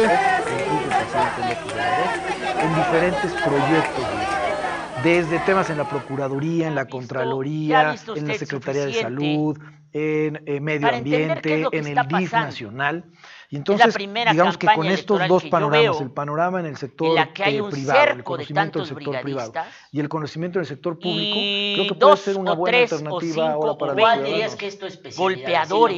En diferentes proyectos, desde temas en la Procuraduría, en la Contraloría, en la Secretaría de Salud, en Medio Ambiente, en el DIF nacional. Y entonces, digamos que con estos dos panoramas, el panorama en el sector privado, el conocimiento del sector privado y el conocimiento del sector público, creo que puede ser una buena alternativa ahora para los ciudadanos. Que esto es golpeadores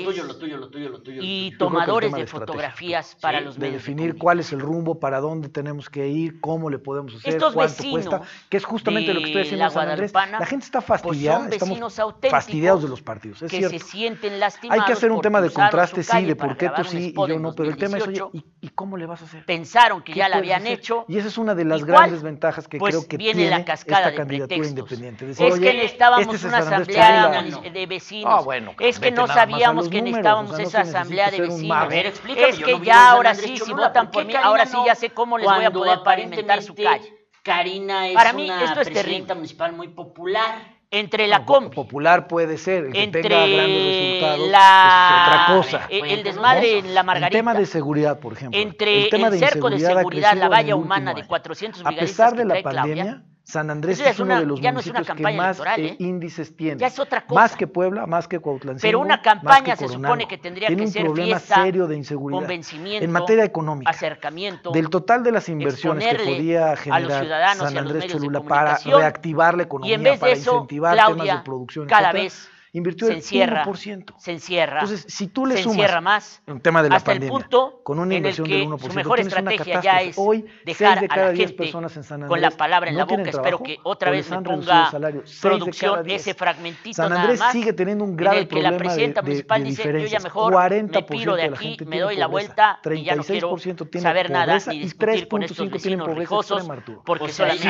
y tomadores de fotografías para los medios. De definir cuál es el rumbo, para dónde tenemos que ir, cómo le podemos hacer, cuánto cuesta, que es justamente lo que estoy diciendo en San Andrés. La gente está fastidiada, estamos fastidiados de los partidos, es cierto. Hay que hacer un tema de contraste, sí, de por qué tú sí y yo no, pero el tema es, oye, ¿y cómo le vas a hacer? Pensaron que ya la habían hecho. Y esa es una de las grandes ventajas que creo que tiene la cascada esta candidatura independiente. Decir, es que necesitábamos una asamblea de vecinos. Es que no sabíamos que necesitábamos esa asamblea de vecinos. A ver, explícame. Es que ya ahora sí, si votan por mí, ahora sí ya sé cómo les voy a poder pavimentar su calle. Karina es para mí esto es presidenta municipal muy popular. Entre la combi, popular puede ser, el que entre tenga grandes resultados es otra cosa. El desmadre en la Margarita. El tema de seguridad, por ejemplo. Entre el tema de cerco de seguridad, la valla humana de 400 brigadistas. A pesar de la pandemia, San Andrés es uno de los municipios que más índices tiene. Ya es otra cosa. Más que Puebla, más que Cuautlancingo. Pero una campaña se supone que tendría que ser tiene un problema serio de inseguridad, convencimiento, en materia económica, acercamiento. Del total de las inversiones que podía generar San Andrés Cholula para reactivar la economía, y en vez de para eso, incentivar Claudia, temas de producción, cada etcétera, vez invirtió el 1%. Se encierra. Entonces, si tú le sumas más, un tema de la hasta pandemia, el punto con una inversión del 1%, su mejor estrategia ya es hoy, dejar 6 de a cada la 10 gente personas en San Andrés con la palabra en no la boca. trabajo, Espero que otra vez me ponga producción ese fragmentito. San Andrés nada más, sigue teniendo un grave en el que la presidenta municipal dice, yo ya mejor me piro de aquí, me doy la vuelta y ya no quiero saber nada ni discutir con estos vecinos rijosos, porque si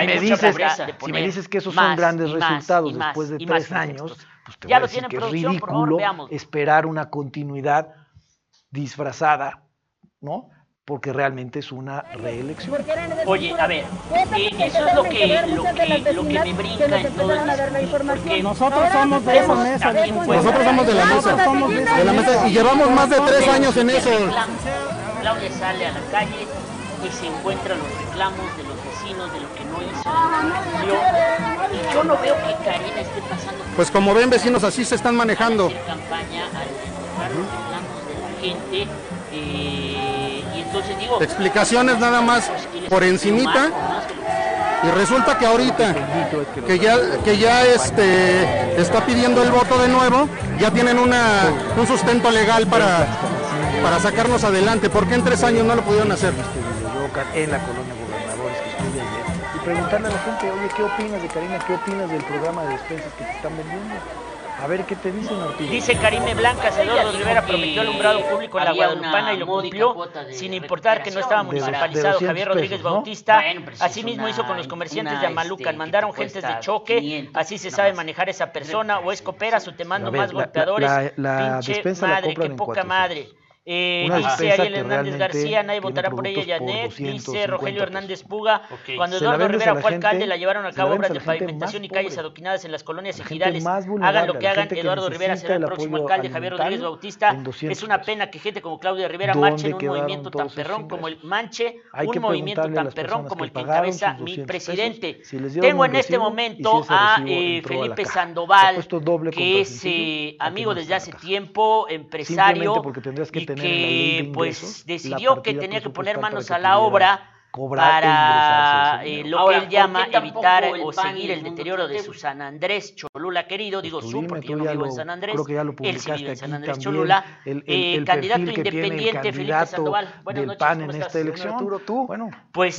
me dices que esos son grandes resultados después de 3 años, pues te voy a decir que es ridículo esperar una continuidad disfrazada, ¿no? Porque realmente es una reelección. Oye, a ver, eso es lo que me brinca en todo esto, porque nosotros somos de esa mesa. Nosotros somos de la mesa. Y llevamos más de 3 años en eso. Claudia sale a la calle y se encuentran los reclamos de los vecinos, de lo que no hizo. Y yo no veo que Karina esté pasando. Pues como ven, vecinos, así se están manejando. Campaña al los reclamos de la gente. Y entonces digo, explicaciones nada más por encimita. Y resulta que ahorita que ya está pidiendo el voto de nuevo, ya tienen un sustento legal para sacarnos adelante. ¿Por qué en 3 años no lo pudieron hacer? En la colonia Gobernadores que estuve ayer, y preguntarle a la gente, oye, ¿qué opinas de Karime? ¿Qué opinas del programa de despensas que te están vendiendo? A ver qué te dicen, Arturo. Dice Karime Blancas, Eduardo Rivera prometió alumbrado público en la Guadalupana y lo cumplió, sin importar que no estaba municipalizado. Javier Rodríguez Bautista, asimismo hizo con los comerciantes de Amalucan, mandaron gentes de choque, así se sabe manejar esa persona, o es cooperas o te mando más golpeadores, pinche madre, qué poca madre. Dice Ariel Hernández García, nadie votará por ella, Janet. Dice Rogelio Hernández Puga, cuando Eduardo Rivera fue alcalde la llevaron a cabo obras de pavimentación y calles adoquinadas en las colonias ejidales. Hagan lo que hagan, Eduardo Rivera será el próximo alcalde. Javier Rodríguez Bautista, es una pena que gente como Claudia Rivera marche en un movimiento tan perrón como el un movimiento tan perrón como el que encabeza mi presidente. Tengo en este momento a Felipe Sandoval, que es amigo desde hace tiempo, empresario, que pues decidió que tenía que poner manos a la obra para lo que él llama evitar o seguir el deterioro de su San Andrés Cholula querido, digo su porque yo no vivo en San Andrés, él sí vive en San Andrés Cholula, candidato independiente Felipe Sandoval. Buenas noches, ¿cómo estás? Esta elección, bueno, pues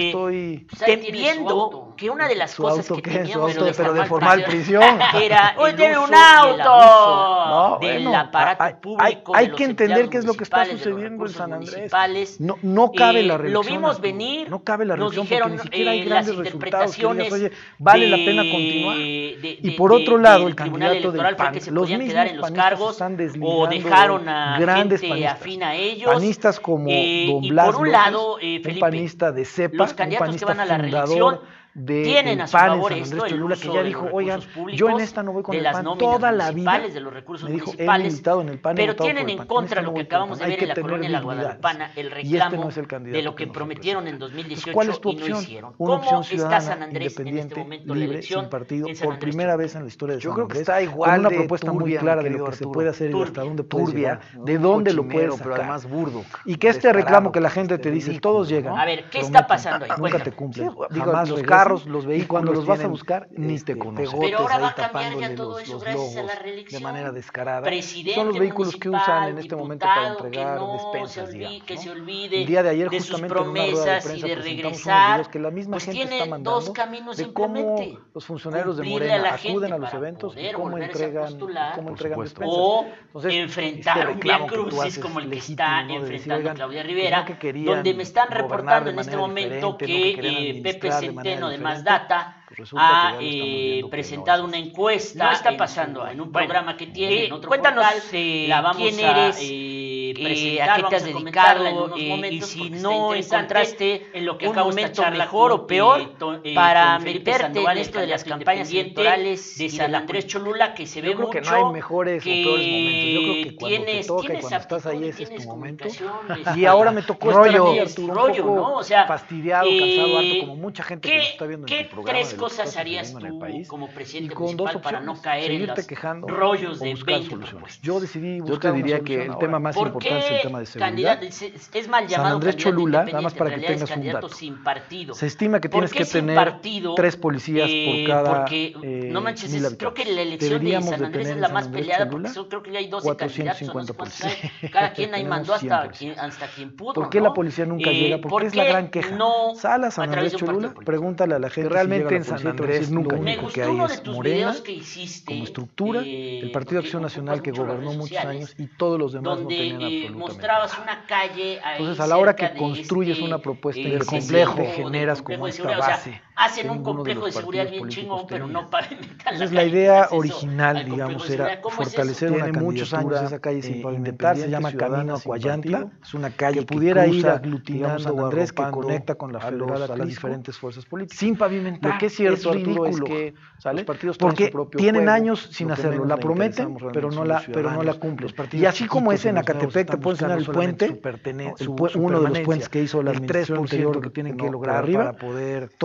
viendo que una de las cosas que teníamos pero de formal prisión era hoy tiene un auto del aparato público. Hay que entender qué es lo que está sucediendo en San Andrés. No cabe la reelección. Lo vimos venir. No cabe la nos dijeron porque ni siquiera hay grandes interpretaciones. Oye, vale la pena continuar. Y por otro lado, el candidato del PAN, que se podían quedar en los cargos o dejaron a gente afín a ellos. Panistas como Don Blas por un lado, López, un panista de cepa, los candidatos que van a la reelección tienen a su favor esto, el Cholula, que ya dijo, oigan, yo en esta no voy con el PAN toda la vida, de los recursos me dijo, municipales, he militado en el PAN, pero tienen en contra lo que acabamos de ver en la colonia La Guadalupana, el reclamo de lo que prometieron en 2018 y no hicieron. ¿Cómo está San Andrés en este momento la elección? Por primera vez en la historia de San Andrés. Yo creo que está igual, una propuesta muy clara de lo que se puede hacer y hasta dónde puede llegar, de dónde lo puede sacar, pero además burdo. Y que este reclamo que la gente te dice, todos llegan. A ver, ¿qué está pasando ahí? Nunca te cumplen. Digo, los carros, los vehículos, cuando los vas a buscar, ni te conocen. Pero ahora va a cambiar ya todo eso gracias a la reelección. De manera descarada. Presidente son los vehículos que usan en este momento para entregar despensas, que se olvide el día de ayer, de justamente sus promesas en una rueda de prensa, y de regresar, que la misma pues gente tiene está mandando dos caminos de cómo los funcionarios de Morena acuden a los eventos y cómo entregan despensas. O enfrentar un Vía Crucis como el que está enfrentando Claudia Rivera, donde me están reportando en este momento que Pepe Centeno de Más Data ha presentado una encuesta. No está pasando en un programa que tiene en otro cuéntanos portal, la vamos quién eres, a qué te has dedicado y si no encontraste en lo que un momento mejor o peor para meterte en esto de las campañas electorales de San Andrés Cholula, que se ve mucho. Yo creo que no hay mejores o peores momentos. Yo creo que cuando te toca y cuando estás ahí ese es tu momento. Y ahora me tocó estar a mí, Arturo, un poco ¿no? O sea, fastidiado, cansado, harto, como mucha gente que nos está viendo en tu programa. ¿Qué tres cosas harías tú como presidente municipal para no caer en los rollos de 20 propuestas? Yo decidí buscar. Yo te diría que el tema más importante es el tema de seguridad. Es mal llamado San Andrés Cholula, nada más para que tengas un dato. Se estima que tienes que tener 3 policías por cada no manches, 1000 habitantes. Creo que la elección de San Andrés es la más peleada porque creo que ya hay 12 candidatos. Cada quien ahí mandó hasta quien pudo. ¿Por qué la policía nunca llega? Porque es la gran queja. Sal a San Andrés Cholula, pregúntale a la gente. Realmente en San Andrés nunca lo único que hay es Morena como estructura, el Partido Acción Nacional que gobernó muchos años y todos los demás no tenían absolutamente mostrabas una calle ahí. Entonces, a la hora que construyes una propuesta y el complejo generas como esta base. Hacen un complejo de seguridad bien chingón, pero no pavimentan. Entonces, la idea original, digamos, era fortalecer una candidatura esa calle sin pavimentar, se llama Camino a Coayantla, es una calle que pudiera ir aglutinando San Andrés, que conecta con la federal a las diferentes fuerzas políticas. Sin pavimentar. Lo que es cierto, Arturo, es que los partidos porque tienen años sin hacerlo, la prometen, pero no la cumplen. Y así como es en Acatepec, te puedo enseñar el puente, uno de los puentes que hizo la administración anterior que tienen que lograr arriba, para poder totalmente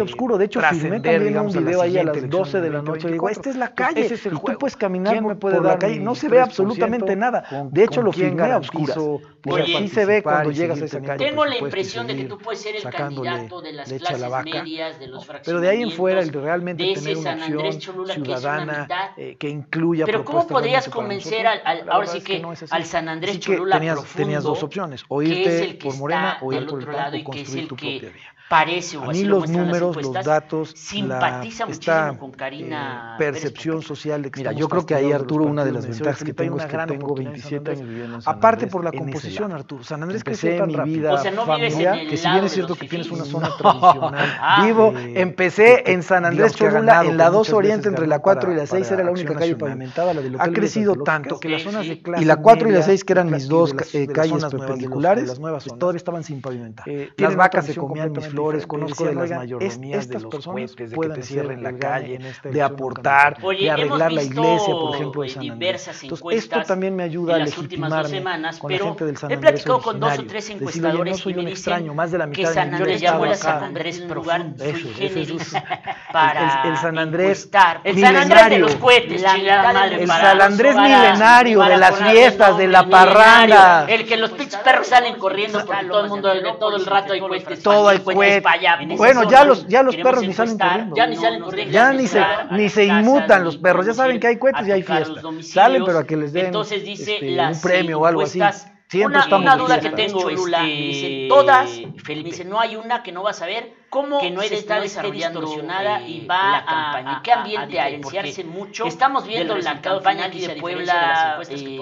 oscuro. De hecho, filmé también un video ahí a las 12 de la noche. Digo, esta es la calle. Ese es el juego. Tú puedes caminar por la calle. No se ve absolutamente nada. De hecho, lo filmé a oscuras. Oye, sí se ve cuando llegas a esa calle. Tengo la impresión de que tú puedes ser el candidato de las clases medias, de los fraccionamientos. Pero de ahí en fuera, el realmente de tener una San Andrés opción Cholula, ciudadana que incluya. Pero ¿cómo podrías convencer ahora sí que al San Andrés Cholula profundo? Tenías dos opciones, o irte por Morena o ir por el PAN o construir tu propia vía. Parece, a mí los números, los datos, simpatiza muchísimo con Karina percepción social de que mira, yo creo que ahí, Arturo, una de las ventajas que tengo es que tengo 27 años viviendo en San Andrés. Aparte por la composición, Arturo. San Andrés creció tan rápido. O sea, no vives en el que si bien es cierto que tienes una zona tradicional. Empecé en San Andrés Cholula, en la 2 Oriente, entre la 4 y la 6, era la única calle pavimentada. Ha crecido tanto que las zonas de clase. Y la 4 y la 6, que eran mis dos calles perpendiculares, todavía estaban sin pavimentar. Las vacas se comían mis flores, conozco de las mayordomías, de los puentes, de que te cierren la calle, de aportar, de arreglar la iglesia, por ejemplo, de San Andrés. Entonces, esto también me ayuda a legitimarme con la gente del San Andrés. He platicado con 2 o 3 encuestadores y me dicen más de la mitad que San Andrés llamó a San Andrés un lugar sui generis para el San Andrés el San Andrés de los cohetes, el San Andrés milenario de las fiestas, de la parranda, el que los pinches perros salen corriendo porque todo el mundo todo el rato hay cohetes, todo hay cohetes. Bueno, ya los perros ni salen corriendo. Ya ni salen corriendo. Ya ni se inmutan los perros. Ya saben que hay cohetes y hay fiesta. Salen, pero a que les den un premio o algo así. Una duda que tengo es, dice, todas, dice, no hay una que no vas a ver, cómo que no está distorsionada y va la campaña. ¿Qué ambiente hay? Porque mucho. Estamos viendo la campaña aquí de Puebla,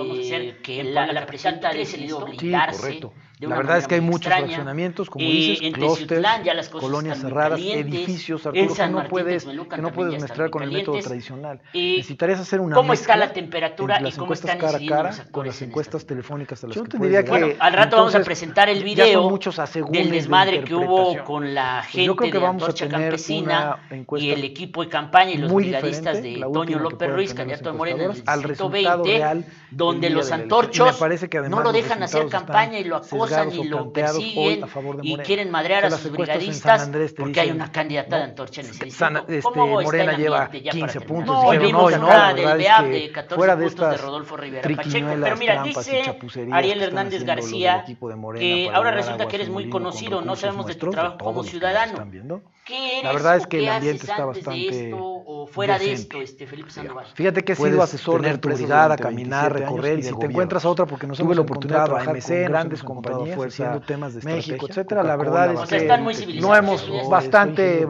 que la presidenta ha decidido blindarse. La verdad es que hay muchos fraccionamientos, como dices, clústeres, colonias cerradas, edificios, Arturo, que no puedes mezclar con el método tradicional. Necesitarías hacer una ¿Cómo está la temperatura y cómo están cara a cara con las encuestas telefónicas a las que diría que al rato vamos a presentar el video del desmadre que hubo con la gente de Antorcha Campesina y el equipo de campaña y los brigadistas de Toño López Ruiz, candidato de Morena en el distrito 20, donde los antorchos no lo dejan hacer campaña y lo acosan y lo persiguen y quieren madrear a sus brigadistas porque hay una candidata de Antorcha en ese distrito. Morena lleva 15 puntos. No, vimos acá del BEAP de 14 puntos de Rodolfo Rivera Pacheco. Pero mira, dice Ariel Hernández García que ahora resulta que eres muy conocido, no sabemos de tu trabajo como ciudadano. ¿Qué eres? La verdad es que el ambiente está bastante o fuera de esto, Felipe Sandoval? Fíjate que he sido asesor de tu brigada, caminar, recorrer, y si te encuentras a otra, porque nos tuve la oportunidad de trabajar con grandes compañías, haciendo temas de México, etcétera, la verdad es que no hemos bastante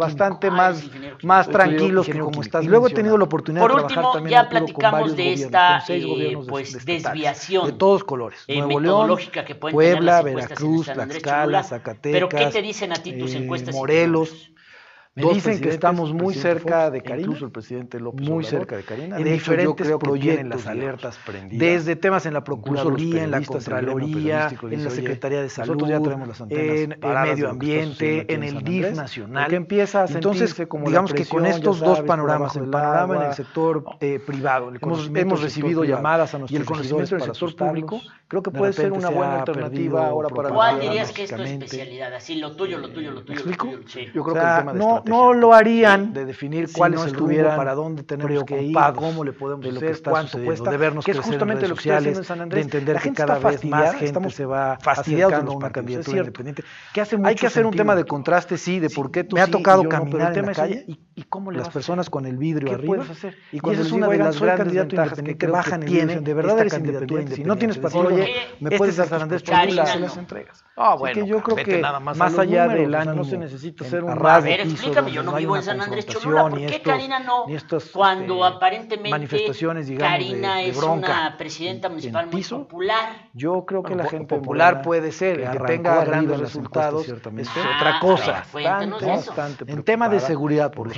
más tranquilos que como estás. Luego he tenido la oportunidad de trabajar también ya platicamos de esta desviación de todos colores, Nuevo León, Puebla, Veracruz, Tlaxcala, Zacatecas, pero ¿qué te dicen a ti tus encuestas? Morelos. Me dicen que estamos muy cerca de Karina, incluso el presidente López muy Obrador, cerca de Karina, en diferentes proyectos, las alertas prendidas, desde temas en la Procuraduría, en la Contraloría, en la Secretaría de Salud, ya traemos las en Medio Ambiente, en el DIF nacional, que empieza a sentirse como digamos que con estos dos panoramas, el panorama en el sector privado, hemos recibido llamadas a nuestros regidores del sector público, creo que puede ser una buena alternativa ahora para la ¿Cuál dirías que es tu especialidad? Así, lo tuyo. ¿Me explico? Yo creo que el tema de no lo harían de definir cuál es el rumbo, para dónde tenemos que ir, cómo le podemos hacer, cuánto cuesta, de vernos que es justamente lo que estoy haciendo en San Andrés, de entender que cada vez más gente se va acercando a una candidatura independiente. Hay que hacer un tema de contraste, sí, de por qué tú me ha tocado caminar en la calle y cómo las personas con el vidrio arriba, y esa es una de las grandes ventajas que bajan tienen, de verdad eres independiente. Si no tienes partido, oye, me puedes a San Andrés Cholula, se las entregas. Bueno, yo creo que más allá del ánimo, no se necesita ser un rasgo. Yo no vivo en San Andrés Cholula. ¿Por qué Karina no? Cuando aparentemente manifestaciones, digamos, Karina es una presidenta municipal muy popular. Yo creo que la gente popular puede ser, que tenga grandes resultados, es otra cosa. En tema de seguridad, por ejemplo.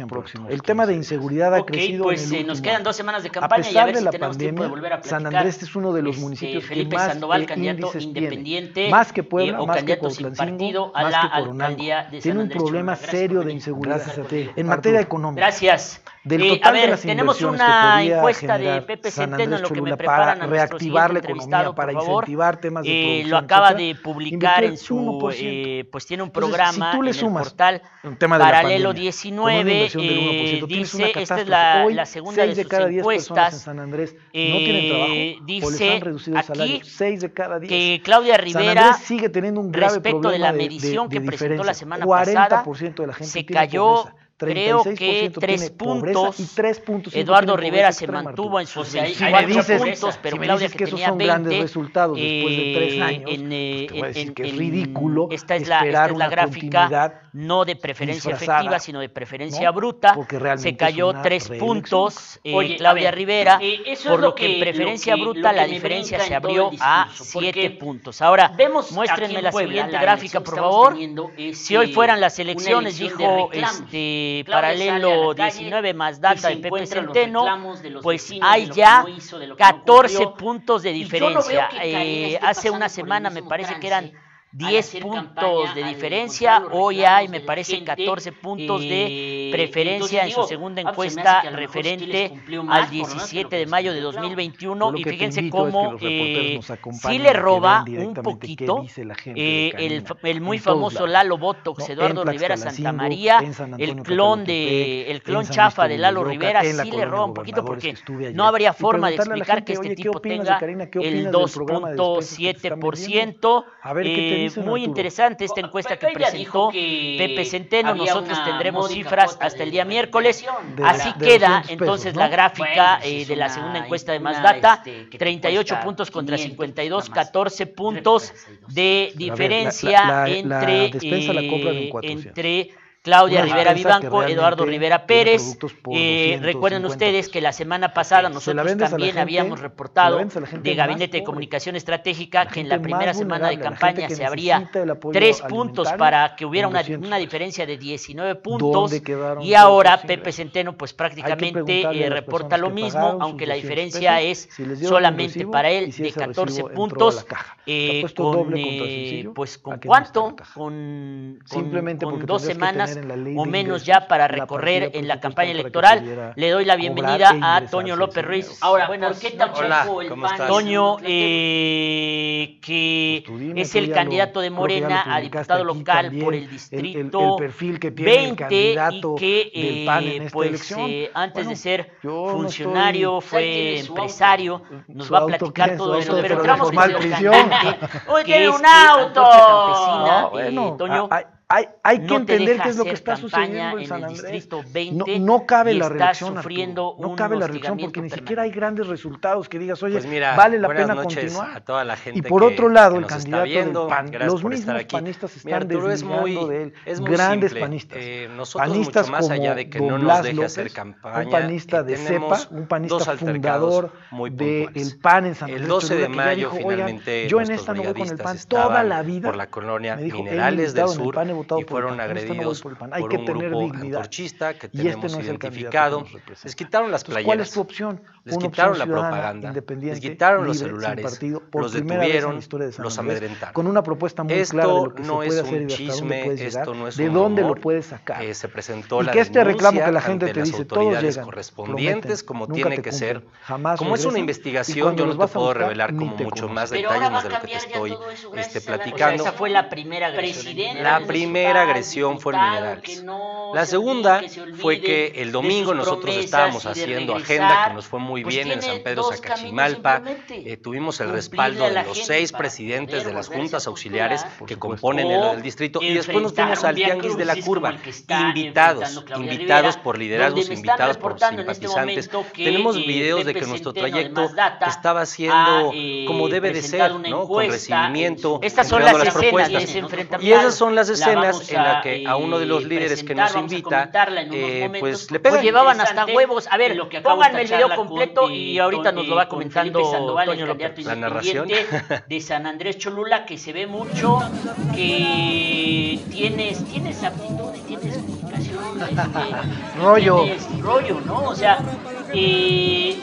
próximos. El tema de inseguridad ha crecido pues, en el último nos quedan 2 semanas de campaña. A pesar y a ver de la si pandemia, volver a San Andrés es uno de los municipios Felipe que más Sandoval, candidato independiente, tiene. Más que Puebla, o más que candidato sin Cuautlancingo, partido a más la que Coronango. alcaldía de San Tiene un Andrés problema Cholula. serio de inseguridad en materia económica. Gracias. Del total a ver, de las tenemos inversiones una que podría encuesta de generar Pepe San Centeno Andrés en lo que me Cholula preparan para a nuestro reactivar la siguiente economía, entrevistado, para por favor. incentivar temas de producción, Lo acaba etcétera, de publicar en su, 1%. pues tiene un Entonces, programa si tú le en sumas el portal un tema de la Paralelo pandemia, 19, con una inversión del 1%, tienes una dice, esta es catástrofe. Hoy, la segunda de 6 de sus cada 10 personas en encuestas, San Andrés no tienen trabajo o les dice han reducido el salario. aquí 6 de cada 10. que Claudia San Rivera, Andrés sigue teniendo un grave respecto de problema la medición que presentó la semana 40% pasada, de la gente se tiene cayó, pobreza. creo que 3 puntos. Y 3 puntos Eduardo Rivera se mantuvo en sus 24 puntos, pero Claudia, que esos tenía son 20, grandes resultados después de 3 años, pues te voy a decir que es ridículo esta es esperar la una gráfica no de preferencia efectiva, sino de preferencia bruta. Se cayó 3 puntos Claudia Rivera, por lo que en preferencia bruta la diferencia se abrió a 7 puntos. Ahora, muéstrenme la siguiente gráfica, por favor. Si hoy fueran las elecciones, dijo Paralelo 19 más data de Pepe Centeno, pues hay ya 14 puntos de diferencia. Hace una semana me parece que eran 10 puntos de diferencia, hoy hay, me parece, 14 puntos de preferencia en su segunda encuesta referente al 17 de mayo de 2021, y fíjense cómo sí le roba un poquito el muy famoso Lalo Botox, Eduardo Rivera Santamaría, el clon chafa de Lalo Rivera, sí le roba un poquito, porque no habría forma de explicar que este tipo tenga el 2.7%. Muy interesante esta encuesta que presentó Pepe Centeno. Nosotros tendremos cifras hasta el día miércoles. Así queda entonces la gráfica de la segunda encuesta de Más Data. 38 puntos contra 52, 14 puntos de diferencia entre Claudia Rivera Vivanco, Eduardo Rivera Pérez. Recuerden ustedes que la semana pasada nosotros también habíamos reportado de Gabinete de Comunicación Estratégica que en la primera semana de campaña se abría 3 puntos para que hubiera una diferencia de 19 puntos, y ahora Pepe Centeno pues prácticamente reporta lo mismo, aunque la diferencia es solamente para él de 14 puntos. Pues con cuánto, con 2 semanas o menos ya para recorrer en la campaña electoral. Le doy la bienvenida a Toño López Ruiz. Ahora, ¿por qué tampoco el PAN? Toño, que es el candidato de Morena a diputado local por el distrito 20 y que pues antes de ser funcionario fue empresario. Nos va a platicar todo eso, pero entramos en el candente, que es un auto campesina, Toño. Hay que entender qué es lo que está sucediendo en San Andrés. No cabe la reelección, no cabe la reelección porque ni siquiera hay grandes resultados que digas, oye, pues mira, vale la pena continuar. A toda la gente y por otro lado, el candidato viendo, del PAN, los mismos panistas están desligando de él, grandes simple. Panistas. Nosotros panistas mucho más allá de que no nos deje hacer campaña, un panista de cepa, un panista fundador del PAN en San Andrés. El 12 de mayo finalmente yo en esta no voy con el PAN toda la vida. Por la colonia Minerales del Sur y fueron agredidos por un grupo antorchista que tenemos identificado. Les quitaron las playeras. ¿Cuál es tu opción? Les quitaron la propaganda, les quitaron los celulares, los detuvieron, los amedrentaron. Con una propuesta muy clara de lo que no se puede es hacer un y de hasta chisme, dónde puedes llegar, esto no es de un dónde rumor, lo puedes sacar. Se presentó y la que este reclamo que la denuncia gente ante te las dice, todos autoridades llegan, correspondientes, como nunca tiene te que cumplen, ser. jamás Como es una regresan, investigación, yo no te puedo revelar como mucho más detalles de lo que te estoy platicando. Esa fue la primera agresión. La primera agresión fue en Minerales. La segunda fue que el domingo nosotros estábamos haciendo agenda, que nos fue muy bien en San Pedro Sacachimalpa. Tuvimos el respaldo de los 6 presidentes de las juntas auxiliares que componen el distrito, y después nos fuimos al Tianguis de la Curva, invitados por liderazgos, invitados por simpatizantes. Tenemos videos de que nuestro trayecto estaba siendo como debe de ser, ¿no? Con recibimiento. Estas son las escenas de ese enfrentamiento. Y esas son las escenas en las que a uno de los líderes que nos invita, pues le pegan. Llevaban hasta huevos. A ver, pónganme el video completo y ahorita nos lo va comentando Toño López. La narración de San Andrés Cholula, que se ve mucho, que tienes aptitud y tienes comunicación. rollo, ¿no? O sea, ¿qué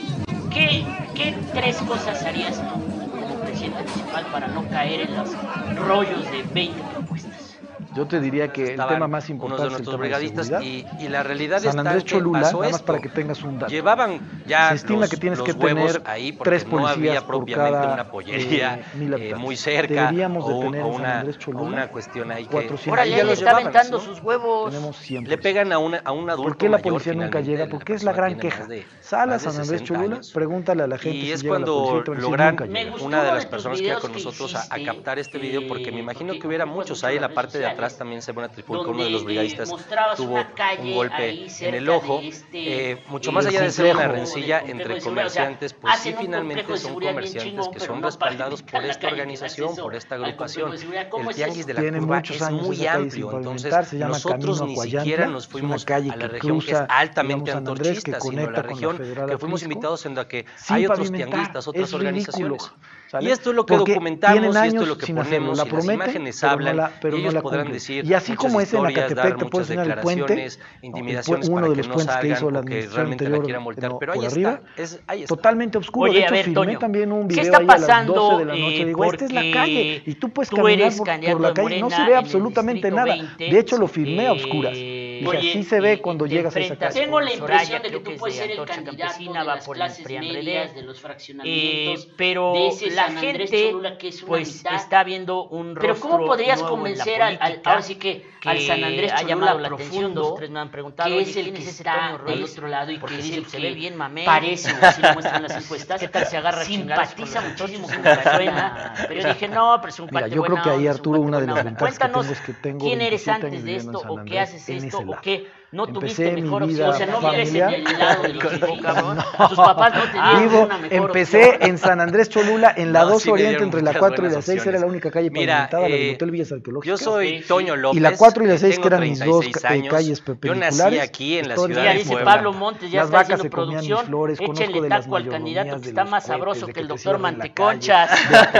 3 cosas harías tú como presidente municipal para no caer en los rollos de 20 propuestas? Yo te diría que el tema más importante de nuestros brigadistas y la realidad San Andrés Cholula, nada más para que tengas un dato. Llevaban ya se estima que tienes que tener ahí 3 policías no había por propiamente cada una pollería muy cerca deberíamos de tener en San Andrés Cholula una cuestión ahí que 400. Órale, le está aventando sus huevos. Tenemos 100. Le pegan a un adulto. ¿Por qué la policía nunca llega? Porque es la gran queja. Sal a San Andrés Cholula, pregúntale a la gente. Y es cuando logran una de las personas que iba con nosotros a captar este video, porque me imagino que hubiera muchos ahí en la parte de atrás también se ve una trifulca, uno de los brigadistas tuvo un golpe en el ojo, mucho más allá de ser una rencilla entre comerciantes, pues sí finalmente son comerciantes que son respaldados por esta organización, por esta agrupación. El Tianguis de la Curva es muy amplio, entonces nosotros ni siquiera nos fuimos a la región que es altamente antorchista, sino a la región que fuimos invitados en la que hay otros tianguistas, otras organizaciones. Y esto es lo que documentamos, y esto es lo que ponemos, y las imágenes hablan, y ellos podrán decir y así como es en la Catepec, te puedes enseñar el puente, intimidaciones uno de los no puentes que hizo la administración anterior, pero ahí está, totalmente oscuro. Oye, de hecho, filmé también un video ahí a las 12 de la noche, digo, esta es la calle, y tú puedes caminar por la calle, no se ve absolutamente nada, de hecho lo filmé a oscuras. Dije, así se ve cuando llegas a esa calle. Tengo la impresión de que tú puedes ser el candidato de las clases medias, de los fraccionamientos, pero la gente pues está viendo un rostro. Pero ¿cómo podrías convencer ahora sí que al San Andrés ha llamado la atención? 2 o 3 me han preguntado, ¿qué es el que está del otro lado y que dice se ve bien mamé? Parece, o así lo muestran las encuestas. ¿Qué tal se agarra? Simpatiza muchísimo con la suena. Pero yo dije, no, pero es un cuate yo creo que ahí, Arturo, una de las ventajas que tengo es que tengo quién eres antes de esto o qué haces esto o qué. No tuviste mejor opción, o sea, no vives en el lado del cabrón. Tus papás no te dieron una mejor empecé en San Andrés Cholula, en la 2 Oriente, entre la 4 y la 6, era la única calle pavimentada, la del Hotel Villas Arqueológicas. Yo soy Toño López. Y la 4 y la 6, que eran mis 2 calles perpendiculares. Yo nací aquí en la ciudad de Puebla. Dice Pablo Montes, ya está haciendo producción. Échenle taco al candidato que está más sabroso que el doctor Manteconchas.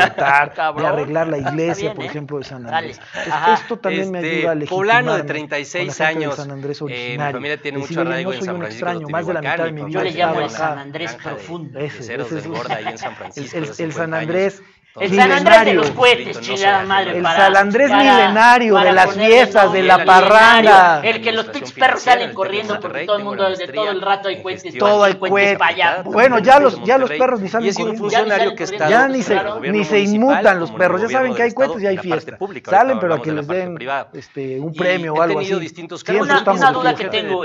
De arreglar la iglesia, por ejemplo, de San Andrés. Esto también me ayuda a legitimar. Poblano de 36 años. Mi familia tiene mucho arraigo en San Francisco. Más de la mitad de mi vida. Yo le llamo el San Andrés profundo. Ese es gorda ahí en San Francisco. El San Andrés. El San Andrés de los cohetes, chingada madre. El San Andrés milenario, de las fiestas, de la parranda. El que los pinches perros salen corriendo porque todo el mundo, de todo el rato hay cohetes. Todo hay cohetes. Bueno, ya los perros ni salen corriendo. Y es un funcionario que está. Ya ni se inmutan los perros, ya saben que hay cohetes y hay fiesta. Salen, pero a que les den un premio o algo así. Una duda que tengo,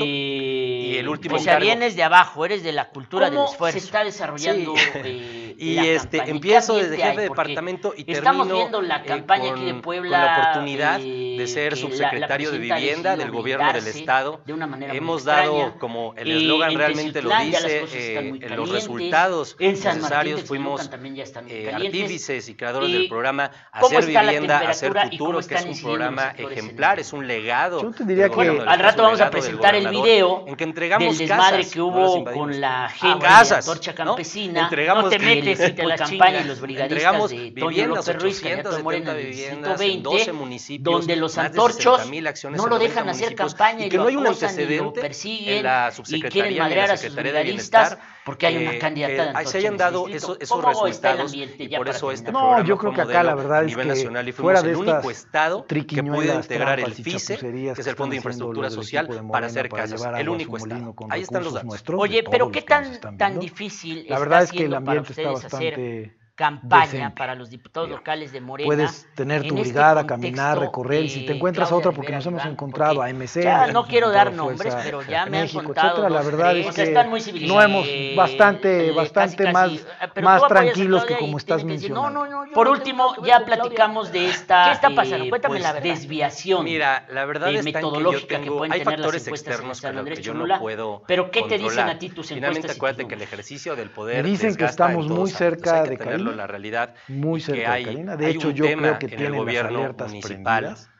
y el último. O sea, vienes de abajo, eres de la cultura del esfuerzo. ¿Cómo se está desarrollando? Y empiezo desde jefe de departamento y estamos termino viendo la campaña aquí de Puebla, con la oportunidad de ser subsecretario de Vivienda del gobierno del estado. De una manera hemos dado, como el eslogan realmente lo dice, los resultados necesarios. Fuimos artífices y creadores del programa Hacer Vivienda, Hacer Futuro, que es un programa ejemplar, es un legado. Yo te diría que al rato vamos a presentar el video en que entregamos del desmadre que hubo con la gente de la Torcha Campesina. No te metes y te la campaña y los brigadistas de Toño López Ruiz, candidato de Morena del Distrito 20, donde los antorchos no lo dejan hacer campaña y lo acosan y lo persiguen y quieren madrear a sus brigadistas porque hay una candidata de antorcha. Se hayan dado esos resultados y por eso este programa. No, yo creo que acá la verdad es que fuera de el único estado que puede integrar el FICE, que es el Fondo de Infraestructura Social, para hacer casas. El único estado. Ahí están los datos. Oye, pero ¿qué tan difícil la verdad es que el ambiente está bastante campaña decente para los diputados locales de Morena? Puedes tener tu brigada, caminar, recorrer, y si te encuentras a otra, porque nos hemos encontrado a MC, ya no quiero dar nombres, pero ya me han contado, la verdad es que no hemos bastante más tranquilos que como estás mencionando. Por último, ya platicamos de esta ¿qué está pasando? Cuéntame la verdad. Desviación. Mira, la verdad es metodológica que pueden hay tener factores las externos que yo no puedo. Pero ¿qué te dicen a ti tus encuestas? Finalmente acuérdate que el ejercicio del poder me dicen que estamos muy cerca de Karina, la realidad muy cerca de Karina. De hecho, yo creo que tienen las alertas prendidas.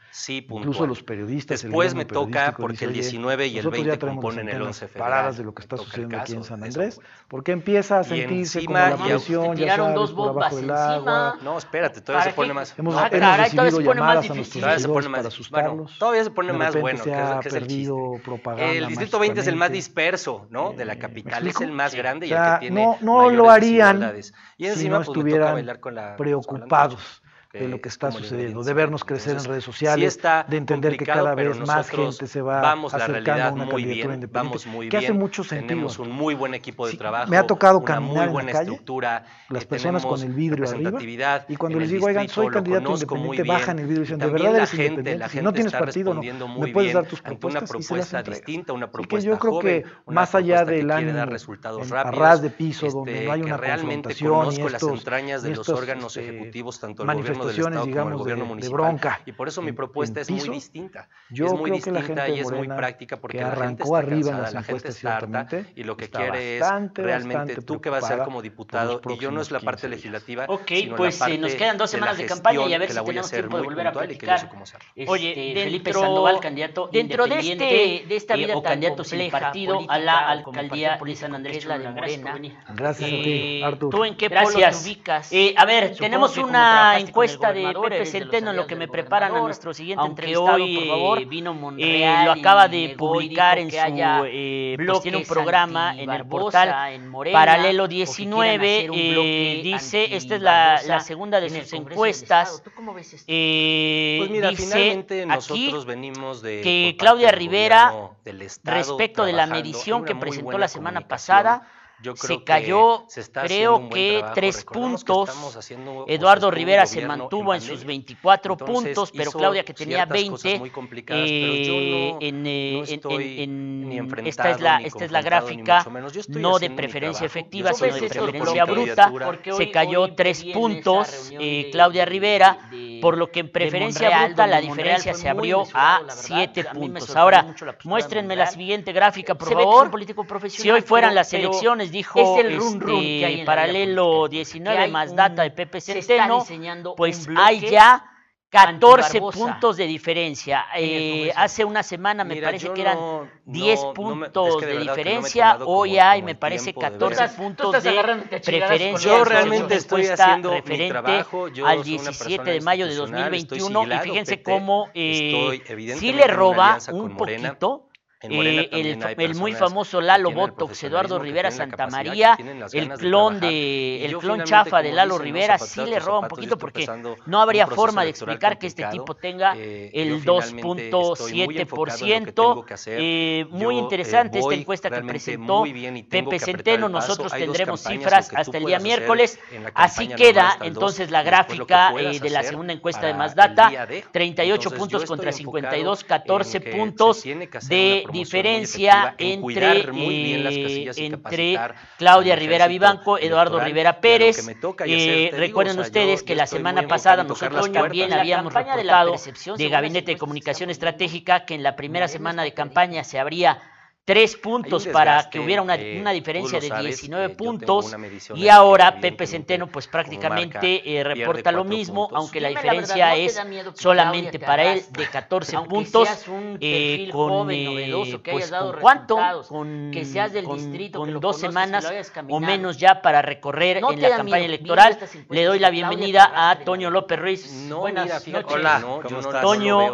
sí puntual. Incluso los periodistas. Después me toca, porque el 19 y el 20 componen el 11 federal. Paradas de lo que está sucediendo aquí en San Andrés, porque empieza a sentirse como la presión, ya sabes, por abajo del agua. No, espérate, todavía se pone más. Hemos recibido llamadas a nuestros seguidores para asustarlos. Todavía se pone más bueno, que es el chiste. El Distrito 20 es el más disperso, ¿no? De la capital, es el más grande y el que tiene no lo harían y encima, si no estuvieran preocupados de lo que está sucediendo, de vernos crecer en redes sociales, de entender que cada vez más gente se va acercando a una candidatura independiente, que hace mucho sentido. Tenemos un muy buen equipo de trabajo, me ha tocado caminar muy buena en la calle, estructura, las personas con el vidrio arriba, y cuando les digo, oigan, soy candidato independiente, bajan el vidrio y dicen, ¿de verdad eres independiente? Si no tienes partido, no, me puedes dar tus propuestas, una propuesta distinta, una propuesta yo creo que más allá del ánimo a ras de piso, donde no hay una confrontación y las entrañas de los órganos ejecutivos, tanto el gobierno del Estado como el gobierno municipal. De bronca. Y por eso mi propuesta es muy distinta. Yo es muy creo que la distinta gente y es muy Morena, práctica porque que la gente arrancó está arriba en cansada, las la gente encuestas, está harta y lo que quiere es realmente tú que vas a ser como diputado y yo no es la parte legislativa, sino pues la parte nos quedan 2 semanas de campaña y a ver si tenemos tiempo de volver a platicar. Oye, Felipe Sandoval, candidato dentro de esta vida o candidato sin partido a la alcaldía de San Andrés, la de Morena. Gracias a ti, Artur. ¿Tú en qué polo te ubicas? A ver, tenemos una encuesta de Pepe Centeno en lo que me preparan a nuestro siguiente entrevistado, por favor. Vino Monreal, lo acaba de publicar en su blog, tiene un programa en el portal Paralelo 19, dice, esta es la segunda de sus encuestas. ¿Tú cómo ves esto? Pues mira, dice finalmente aquí nosotros venimos de que Claudia Rivera, respecto de la medición que presentó la semana pasada, se cayó, creo que 3 puntos. Eduardo Rivera se mantuvo en sus 24 puntos, pero Claudia, que tenía 20, esta es la gráfica, no de preferencia efectiva, sino de preferencia bruta, se cayó 3 puntos Claudia Rivera, por lo que en preferencia bruta la diferencia se abrió a 7 puntos. Ahora, muéstrenme la siguiente gráfica, por favor. Si hoy fueran las elecciones, dijo Paralelo 19 más data de Pepe Centeno, pues hay ya 14 puntos de diferencia. Hace una semana me parece que eran 10 puntos de diferencia, hoy hay, me parece, 14 puntos de preferencia. Yo realmente estoy haciendo mi trabajo, al 17 de mayo de 2021, y fíjense cómo sí le roba un poquito. El muy famoso Lalo Botox, Eduardo Rivera Santamaría, el clon chafa de Lalo Rivera, sí le roba un poquito porque no habría forma de explicar que este tipo tenga el 2.7%. Muy interesante esta encuesta que presentó Pepe Centeno. Nosotros tendremos cifras hasta el día miércoles. Así queda entonces la gráfica de la segunda encuesta de Más Data: 38 puntos contra 52, 14 puntos de diferencia entre Claudia Rivera Vivanco, Eduardo Rivera Pérez. Recuerden ustedes que la semana pasada nosotros también habíamos reportado de Gabinete de Comunicación Estratégica que en la primera semana de campaña se habría 3 puntos para que hubiera una diferencia de 19 puntos, y ahora Pepe Centeno pues prácticamente reporta lo mismo, aunque la diferencia es solamente para él de 14 puntos, ¿con cuánto? Con 2 semanas o menos ya para recorrer en la campaña electoral. Le doy la bienvenida a Toño López Ruiz. Buenas noches. Hola, Toño,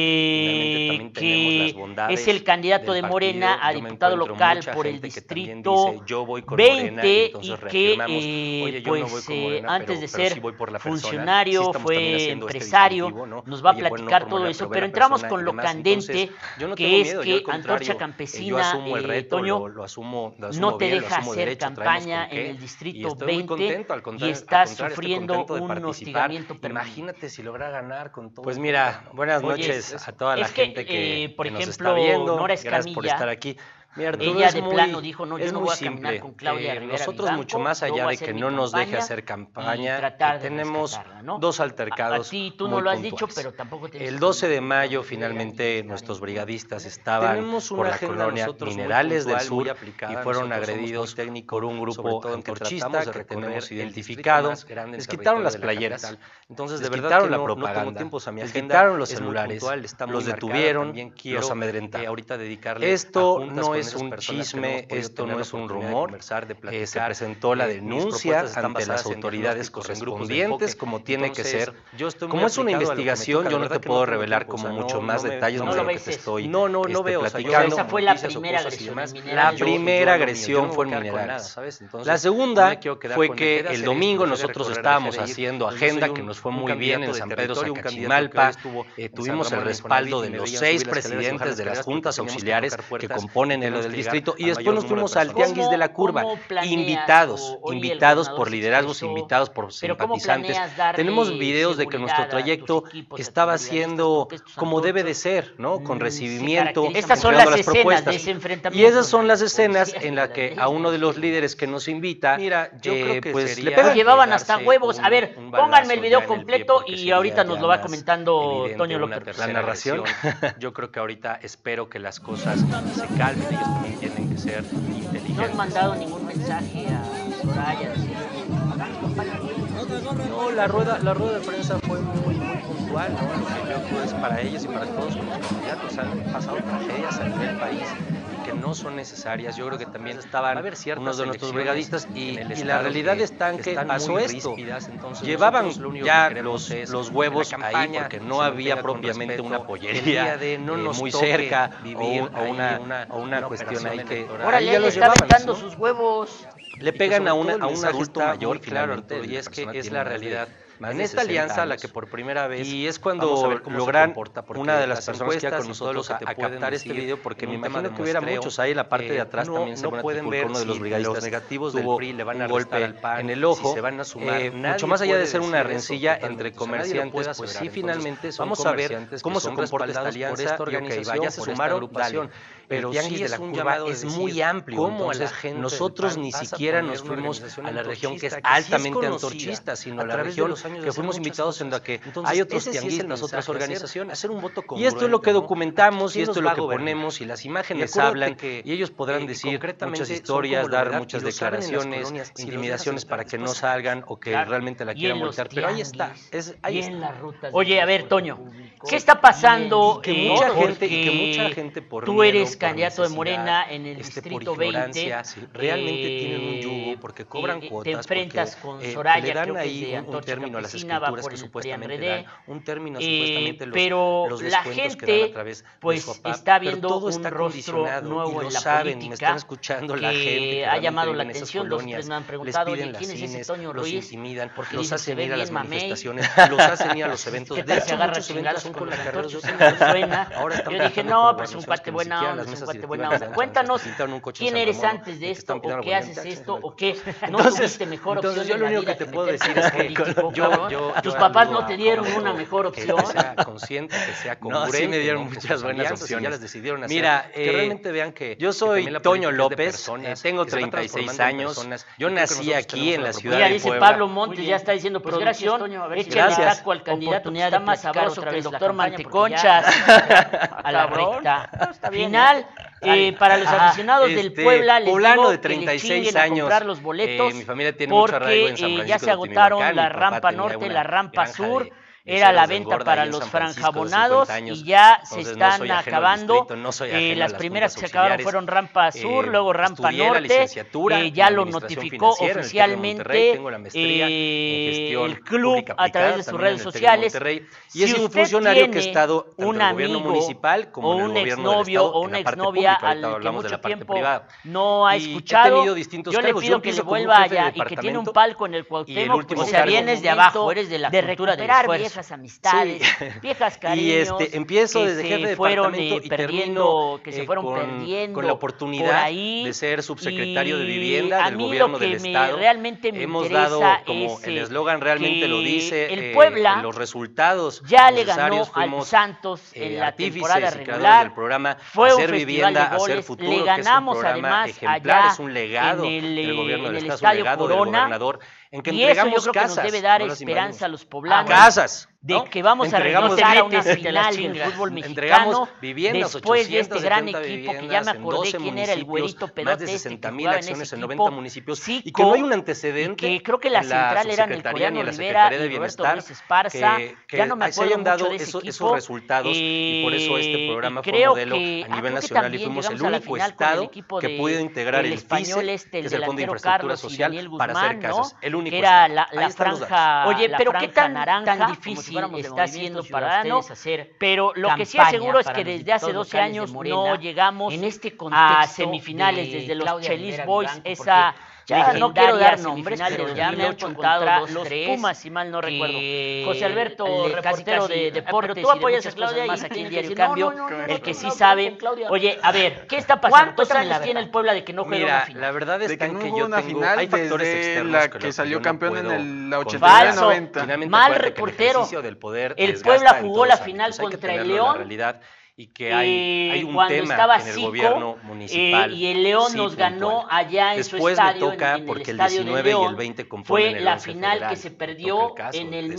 que es el candidato de Morena a diputado local por el distrito 20 y que pues antes de ser funcionario fue empresario. Nos va a platicar todo eso, pero entramos con lo candente, que es que Antorcha Campesina, Toño, no te deja hacer campaña en el distrito 20 y estás sufriendo un hostigamiento permanente. Imagínate si logra ganar con todo. Pues mira, buenas noches a toda la gente que por nos ejemplo, está viendo. Nora Gracias por estar aquí. ella de plano dijo, no, yo no voy a caminar con Claudia Rivera nosotros Vivanco, mucho más allá de que no nos deje hacer campaña, tenemos dos altercados. A ti tú no lo has dicho, pero tampoco tienes. El 12 de mayo finalmente nuestros brigadistas estaban por la colonia Minerales del Sur y fueron agredidos por un grupo antorchista que tenemos identificado. Les quitaron las playeras, entonces les quitaron la propaganda, les quitaron los celulares, los detuvieron, los amedrentaron. Esto no es un chisme, esto no es un rumor, se presentó la denuncia ante las autoridades correspondientes como tiene que ser. Como es una investigación, yo no te puedo revelar como mucho más detalles de lo que te estoy platicando. Esa fue la primera agresión. La primera agresión fue en Minerales. La segunda fue que el domingo nosotros estábamos haciendo agenda, que nos fue muy bien en San Pedro Sacachimalpa. Tuvimos el respaldo de los 6 presidentes de las juntas auxiliares que componen el del distrito y después nos fuimos al Tianguis de la Curva, invitados por liderazgos, invitados por simpatizantes. Tenemos videos de que nuestro trayecto estaba siendo como debe de ser, ¿no? Con recibimiento. Estas son las escenas de ese enfrentamiento. Y esas son las escenas en las que a uno de los líderes que nos invita, pues le pegan. Llevaban hasta huevos. A ver, pónganme el video completo y ahorita nos lo va comentando Toño López. La narración, yo creo que ahorita espero que las cosas se calmen, ellos también tienen que ser inteligentes. No han mandado ningún mensaje a Soraya. No, la rueda de prensa fue muy puntual, ¿no? Lo que yo creo es para ellos y para todos los candidatos han pasado tragedias a nivel país que no son necesarias. Yo creo que también estaban unos de nuestros brigadistas y la realidad está en que pasó esto. Llevaban ya los huevos ahí porque no había propiamente una pollería muy cerca o una cuestión ahí que ya los llevaban, ¿no? Sus huevos. Le pegan a un adulto mayor, claro, y es que es la realidad. En esta alianza, la que por primera vez, y es cuando logran una de las personas que ya con nosotros a captar este video, porque me imagino que hubiera muchos ahí en la parte de atrás también se pueden ver uno de los brigadistas los negativos del PRI le van a golpe al PAN, en el ojo, se van a sumar, mucho más allá de ser una rencilla entre comerciantes, pues sí, finalmente vamos a ver cómo se comporta esta alianza por esta organización, ya se sumaron, dale. Pero sí es un llamado, es muy amplio. Entonces, nosotros ni siquiera nos fuimos a la región que es altamente antorchista, sino a la región que fuimos invitados en la que hay otros tianguis en las otras organizaciones. Hacer un voto y esto es lo que documentamos y esto es lo que ponemos y las imágenes hablan y ellos podrán decir muchas historias, dar muchas declaraciones, intimidaciones para que no salgan o que realmente la quieran voltear. Pero ahí está. Oye, a ver, Toño, ¿qué está pasando? Que mucha gente por tú eres candidato de Morena en el distrito 20, realmente tienen un yugo porque cobran cuotas, te enfrentas con Soraya, creo que es de Antorcha Campesina, va por el PRI-PRD, pero la gente pues está viendo un rostro nuevo en la política que ha llamado la atención. Los tres me han preguntado, oye, ¿quién es ese Toño Ruiz? Porque los hacen ir a las manifestaciones, los hacen ir a los eventos. ¿Qué tal se agarra chingadas con la Antorcha? Suena. Yo dije, no, pues un cuate buena onda. Cuéntanos quién eres antes de esto, o qué haces esto, o qué no tuviste mejor opción. Yo lo único que te puedo decir es que tus papás no te dieron una mejor opción. Que sea consciente, que sea congruente. No, sí me dieron muchas buenas opciones. Ya las decidieron hacer. Mira, que realmente vean que yo soy Toño López, tengo 36 años. Yo nací aquí en la ciudad de Puebla. Mira, dice Pablo Montes, ya está diciendo producción, échale taco al candidato, está más sabroso que el doctor Manteconchas a la recta final. Para los aficionados del Puebla, les digo de 36 que años, comprar los boletos, mi familia tiene mucho arraigo en San Francisco ya se agotaron la rampa norte, la rampa sur. Era la venta para los franjabonados y ya se están acabando. Las primeras que se acabaron fueron rampa sur, luego rampa norte. Ya lo notificó oficialmente el club a través de sus redes sociales. Y es un funcionario que ha estado tanto en el gobierno municipal como en el gobierno del estado, o una exnovia al que mucho tiempo no ha escuchado. Yo le pido que le vuelva allá y que tiene un palco en el Cuauhtémoc, o sea, vienes de abajo, eres de la cultura del esfuerzo. viejas amistades, viejas cariños, y empiezo desde jefe de departamento y termino que se fueron perdiendo con la oportunidad de ser subsecretario de Vivienda del gobierno del Estado. Realmente me hemos dado, como el eslogan realmente lo dice, el Puebla los resultados ya le ganó al Santos en la temporada regular del programa fue Hacer un Vivienda, de goles, Hacer Futuro, le ganamos que es un programa además ejemplar, allá es un legado del gobierno del Estado, un legado Corona, del gobernador, en que y entregamos eso yo creo casas, que nos debe dar no esperanza a los poblanos. Casas, de que vamos a regresar a una final del fútbol mexicano viviendas, después de este gran equipo que ya me acordé quién era el güerito pedote, más de 60,000 acciones en 90 municipios, Zico, y que no hay un antecedente, y que creo que la central eran el coreano Rivera y Roberto Ruiz Esparza, que ya no me se hayan acuerdo dado mucho de esos resultados, y por eso este programa fue modelo a nivel nacional y fuimos el único estado que pudo integrar el FICE, que es el Fondo de Infraestructura Social, para hacer casas, el único estado. La franja, oye, pero qué tan difícil está siendo para ustedes hacer, pero lo que sí aseguro es que desde hace 12 años no llegamos a semifinales desde los Chelis Boys, esa ya no quiero dar nombres, pero ya me han contado los Pumas, si mal no recuerdo. José Alberto, reportero de deportes, pero tú apoyas a Claudia más aquí en Diario Cambio, el que sí sabe. Oye, a ver, ¿qué está pasando? ¿Cuántos años tiene el Puebla de que no juega una final? La verdad es que no yo jugó una final desde la que salió campeón en el 89-90. Mal reportero. El Puebla jugó la final contra el León. Y que hay un cuando tema estaba en el Zico, gobierno municipal. Y el León nos ganó allá en su estadio, me toca, en porque el estadio el 19 de León, y el 20 componen fue el la 11 final federal, que se perdió en el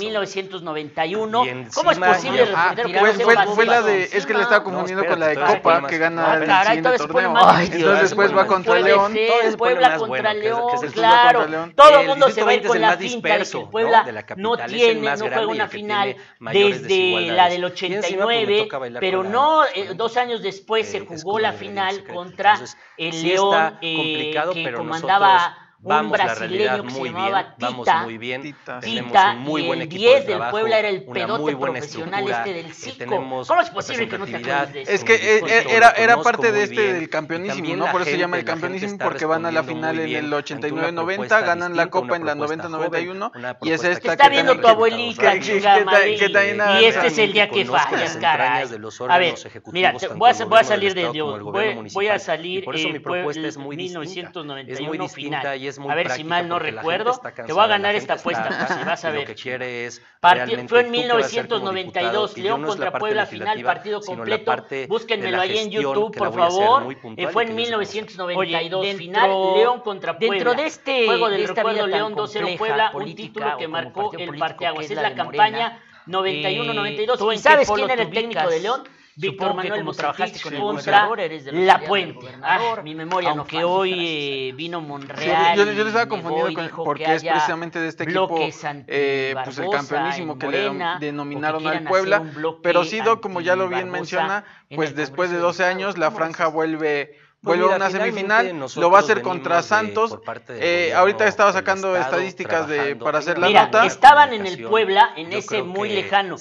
1991. ¿Cómo es posible, reportero, que no sepas fue la de, es que le estaba confundiendo con la de Copa, que gana el siguiente torneo. Entonces después va contra León. El Puebla contra León, claro. Todo el mundo se va a ir con la finta de que el Puebla no juega una final desde la del 89, pero no, 2 años después se jugó la final contra el León, que comandaba un brasileño que se llamaba Tita. Tita, y el 10 del Puebla era el pedote profesional del Zico. ¿Cómo es posible que no te acuerdes de eso? Es que era parte de del campeonísimo, ¿no? Por eso se llama el campeonísimo, porque van a la final en el 89-90, ganan la Copa en la 90-91, y es esta que está viendo tu abuelita, y este es el día que fallas, caray. A ver, mira, voy a salir de Dios, voy a salir por eso mi propuesta es muy 1991 final. A ver si mal no recuerdo, te voy a ganar esta apuesta, si vas a ver. Lo que quiere es fue en 1992, León contra Puebla, final, partido completo. Búsquenmelo ahí en YouTube, por favor. Fue en 1992, final, León contra Puebla. Dentro de este juego del recuerdo, León 2-0 Puebla, un título que marcó el parteaguas. Es la campaña 91-92. ¿Y sabes quién era el técnico de León? Víctor Manuel Bucetich contra La Puente. Mi memoria, aunque hoy vino Monreal. Yo le estaba confundiendo porque es precisamente de este equipo, pues el campeonísimo que le denominaron al Puebla. Pero Sido, como ya lo bien menciona, pues después de 12 años la franja vuelve a una semifinal, lo va a hacer contra Santos. Ahorita estaba sacando estadísticas para hacer la nota. Estaban en el Puebla, en ese muy lejano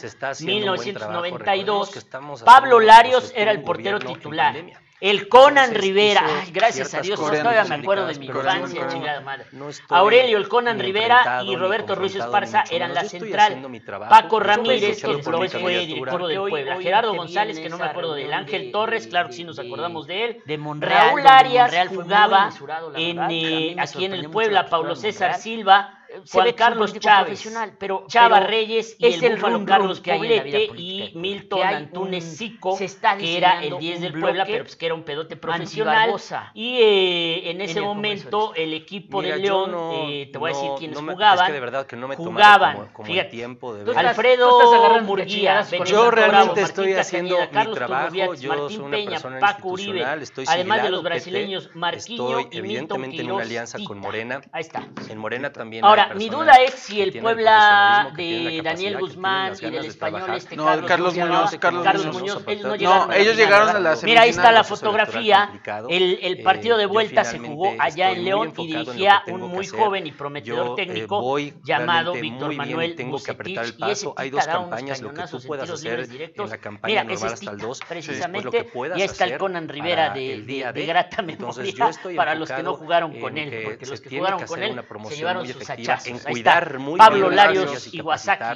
1992. Pablo Larios era el portero titular. El Conan Rivera, ay, gracias a Dios, todavía me acuerdo de mi infancia, chingada madre. Aurelio el Conan Rivera y Roberto Ruiz Esparza eran la central. Paco Ramírez, que después fue director del Puebla. Gerardo González, que no me acuerdo de él. Ángel Torres, claro que sí nos acordamos de él. De Monreal. Raúl Arias jugaba aquí en el Puebla. Paulo César Silva. Juan Carlos Chávez, pero Chava Reyes es el Búfalo Carlos Poblete y Milton Antunes Zico, que era el 10 del Puebla, pero pues que era un pedote profesional. Y en ese momento el equipo de León, te voy a decir quiénes jugaban. Es que de verdad que no me jugaban, como el tiempo de ver. Alfredo Murguía, yo realmente estoy haciendo mi trabajo, yo soy una persona institucional, estoy además de los brasileños Marquinhos y evidentemente en una alianza con Morena. Ahí está. En Morena también. Ahora, mi duda es si el Puebla de Daniel Guzmán y del español Carlos Muñoz, no, ellos llegaron a la semifinal. Mira, ahí está la fotografía. El partido de vuelta se jugó allá en León y dirigía un muy joven y prometedor técnico llamado Víctor Manuel Bucetich. Y ese hay dos campañas, lo que tú puedas hacer en la campaña normal hasta el 2, precisamente, y está el Conan Rivera de grata memoria para los que no jugaron con él, porque los que jugaron con él se llevaron sus hachazos. En cuidar muy Pablo Larios Iwasaki.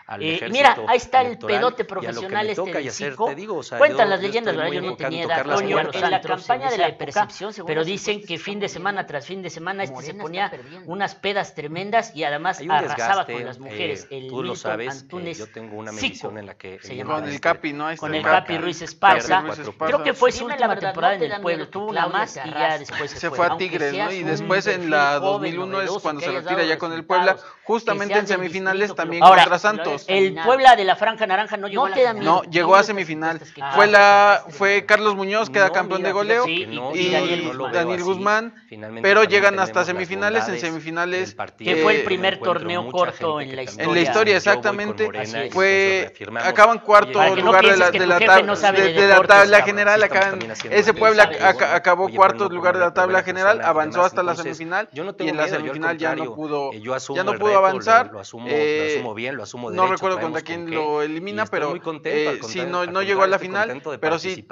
al ejército. Mira, ahí está el pedote profesional del CICO. Cuentan las leyendas, ¿verdad? Yo no tenía edad, Toño, en la campaña de la percepción, pero dicen que fin de semana tras fin de semana se ponía unas pedas tremendas y además arrasaba con las mujeres. Tú lo sabes, yo tengo una medición en la que con el Capi, ¿no? Con el Capi Ruiz Esparza. Creo que fue su última temporada en el pueblo, tuvo una más y ya después se fue a Tigres, ¿no? Y después en la 2001 es cuando se retira ya con el Puebla, justamente en semifinales también contra Santos. El Puebla de la Franja Naranja no llegó a la final. No, llegó a semifinal. Fue Carlos Muñoz, queda campeón de goleo, y Daniel Guzmán, pero llegan hasta semifinales. En semifinales, que fue el primer torneo corto en la historia. En la historia, exactamente. Acaban cuarto lugar de la tabla general. Ese Puebla acabó cuarto lugar de la tabla general, avanzó hasta la semifinal, y en la semifinal ya no pudo avanzar. Lo asumo bien, lo asumo derecho. No recuerdo contra quién lo elimina, pero sí, no llegó a la final, pero sí,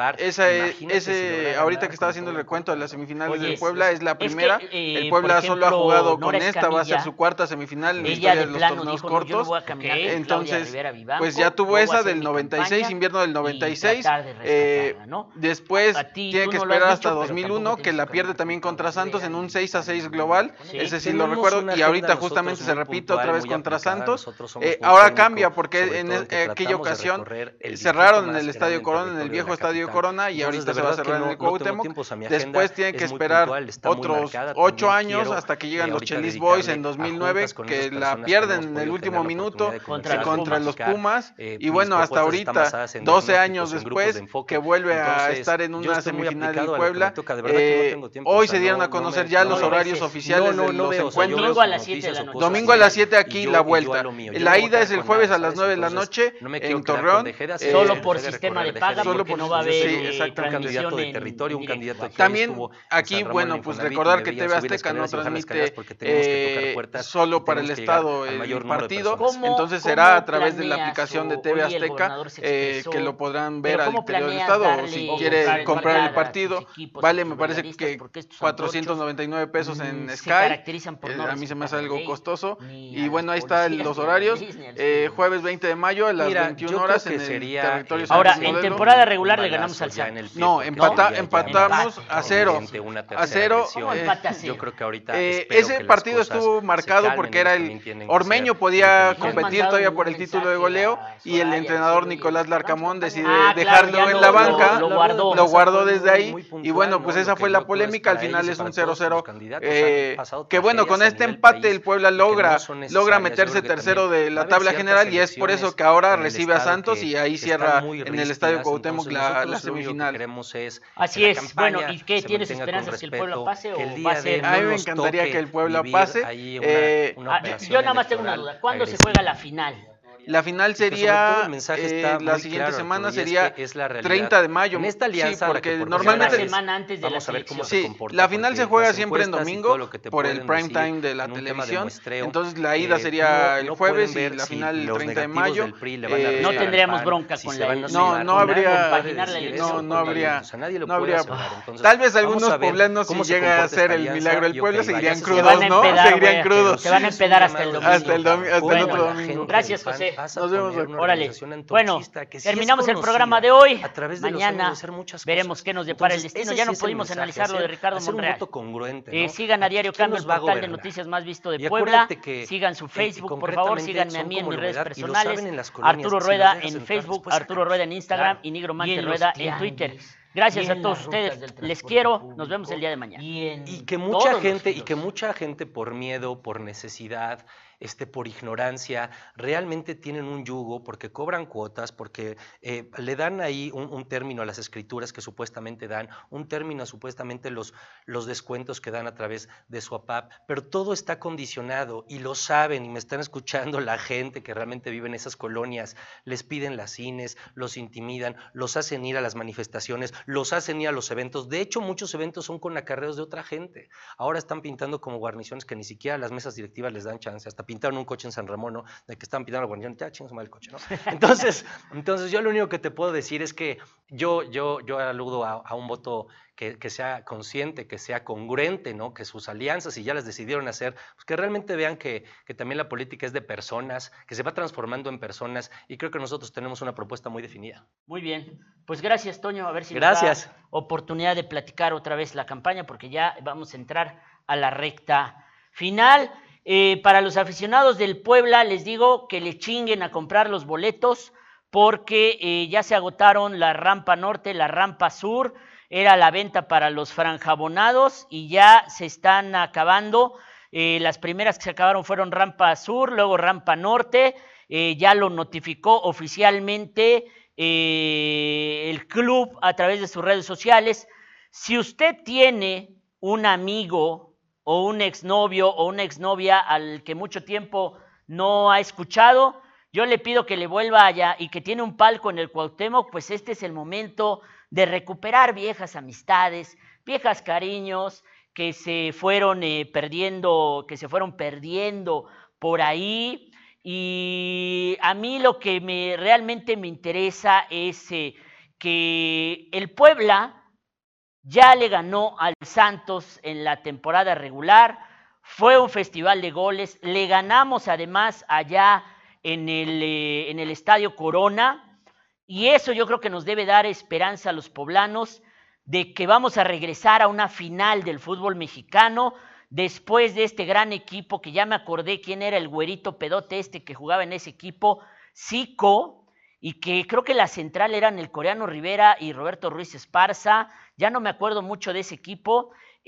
ahorita que estaba haciendo el recuento de las semifinales del Puebla, es la primera. El Puebla solo ha jugado con esta, va a ser su cuarta semifinal en la historia de los torneos cortos. Entonces, pues ya tuvo esa del 96, invierno del 96. Después tiene que esperar hasta 2001, que la pierde también contra Santos en un 6-6 global. Ese sí lo recuerdo, y ahorita justamente se repite otra vez contra Santos. Ahora cambia, porque en aquella ocasión cerraron en el Estadio Corona, en el viejo Estadio Corona, y ahorita se va a cerrar en el Cuauhtémoc. Después tiene que esperar otros 8 años hasta que llegan los Chelis Boys en 2009, que la pierden en el último minuto contra los Pumas, y bueno, hasta ahorita, 12 años después, que vuelve a estar en una semifinal del Puebla. Hoy se dieron a conocer ya los horarios oficiales de los encuentros. Domingo a las 7 de la noche. Domingo a las 7 aquí la vuelta. La ida es el jueves a las 9 de la noche en Torreón. Solo por sistema de paga, porque no va a haber un candidato de territorio, un candidato que también aquí, bueno, pues recordar que TV Azteca no transmite solo para el Estado el partido, entonces será a través de la aplicación de TV Azteca que lo podrán ver al interior del Estado, o si quiere comprar el partido, vale, me parece que 499 pesos en Sky, a mí se me hace algo costoso, y bueno, ahí están los horarios, jueves 20 de mayo a las 21 horas en el territorio. Ahora, en temporada regular le ganamos al Santos. No, empatamos a 0. Yo creo que ahorita ese partido estuvo marcado porque era Ormeño podía competir todavía por el título de goleo, y el entrenador Nicolás Larcamón decide dejarlo en la banca, lo guardó desde ahí, y bueno, pues esa fue la polémica. Al final es un 0-0, que bueno, con este empate el Puebla logra meterse tercero de la tabla general, y es por eso que ahora recibe a Santos, y ahí cierra en el Estadio Cuauhtémoc la semifinal. Así es. Bueno, ¿y qué tienes esperanzas, que el Puebla pase o va a ser? A mí me encantaría que el Puebla pase. Yo nada más tengo una duda. ¿Cuándo se juega la final? La final sería, la siguiente semana sería 30 de mayo. En esta alianza, sí, porque normalmente una semana antes de vamos a ver cómo se comporta. La final se juega siempre en domingo por el prime time de la televisión. Entonces la ida sería el jueves y la final el 30 de mayo. No tendríamos bronca con la no habría. Tal vez algunos poblanos, si llega a ser el milagro del pueblo, seguirían crudos, ¿no? Seguirían crudos. Se van a empedar hasta el domingo. Hasta el otro domingo. Gracias, José. Nos vemos. Órale. Bueno, terminamos el programa de hoy. Mañana veremos qué nos depara el destino. Ya no pudimos analizar lo de Ricardo Monreal. Sigan a Diario Cambio, el portal de noticias más visto de Puebla. Sigan su Facebook, por favor. Síganme a mí en mis redes personales. Arturo Rueda en Facebook, Arturo Rueda en Instagram y Nigromante Rueda en Twitter. Gracias a todos ustedes. Les quiero. Nos vemos el día de mañana. Y que mucha gente por miedo, por necesidad, por ignorancia, realmente tienen un yugo porque cobran cuotas, porque le dan ahí un término a las escrituras que supuestamente dan, un término a supuestamente los descuentos que dan a través de su APAP, pero todo está condicionado y lo saben, y me están escuchando la gente que realmente vive en esas colonias, les piden las INES, los intimidan, los hacen ir a las manifestaciones, los hacen ir a los eventos. De hecho, muchos eventos son con acarreos de otra gente. Ahora están pintando como guarniciones que ni siquiera las mesas directivas les dan chance, hasta pintaron un coche en San Ramón, ¿no? De que estaban pintando la guarnición, ya chingos mal el coche, ¿no? Entonces yo lo único que te puedo decir es que yo aludo a un voto que sea consciente, que sea congruente, ¿no? Que sus alianzas, si ya las decidieron hacer, pues que realmente vean que también la política es de personas, que se va transformando en personas, y creo que nosotros tenemos una propuesta muy definida. Muy bien, pues gracias, Toño, a ver si gracias. Nos da oportunidad de platicar otra vez la campaña, porque ya vamos a entrar a la recta final. Para los aficionados del Puebla, les digo que le chinguen a comprar los boletos, porque ya se agotaron la rampa norte, la rampa sur, era la venta para los franjabonados y ya se están acabando. Las primeras que se acabaron fueron rampa sur, luego rampa norte. Ya lo notificó oficialmente el club a través de sus redes sociales. Si usted tiene un amigo o un exnovio o una exnovia al que mucho tiempo no ha escuchado, yo le pido que le vuelva allá, y que tiene un palco en el Cuauhtémoc, pues este es el momento de recuperar viejas amistades, viejas cariños que se fueron perdiendo por ahí. Y a mí lo que realmente me interesa es que el Puebla ya le ganó al Santos en la temporada regular, fue un festival de goles, le ganamos además allá en el Estadio Corona, y eso yo creo que nos debe dar esperanza a los poblanos de que vamos a regresar a una final del fútbol mexicano después de este gran equipo, que ya me acordé quién era el güerito pedote que jugaba en ese equipo, Zico, y que creo que la central eran el coreano Rivera y Roberto Ruiz Esparza. Ya no me acuerdo mucho de ese equipo,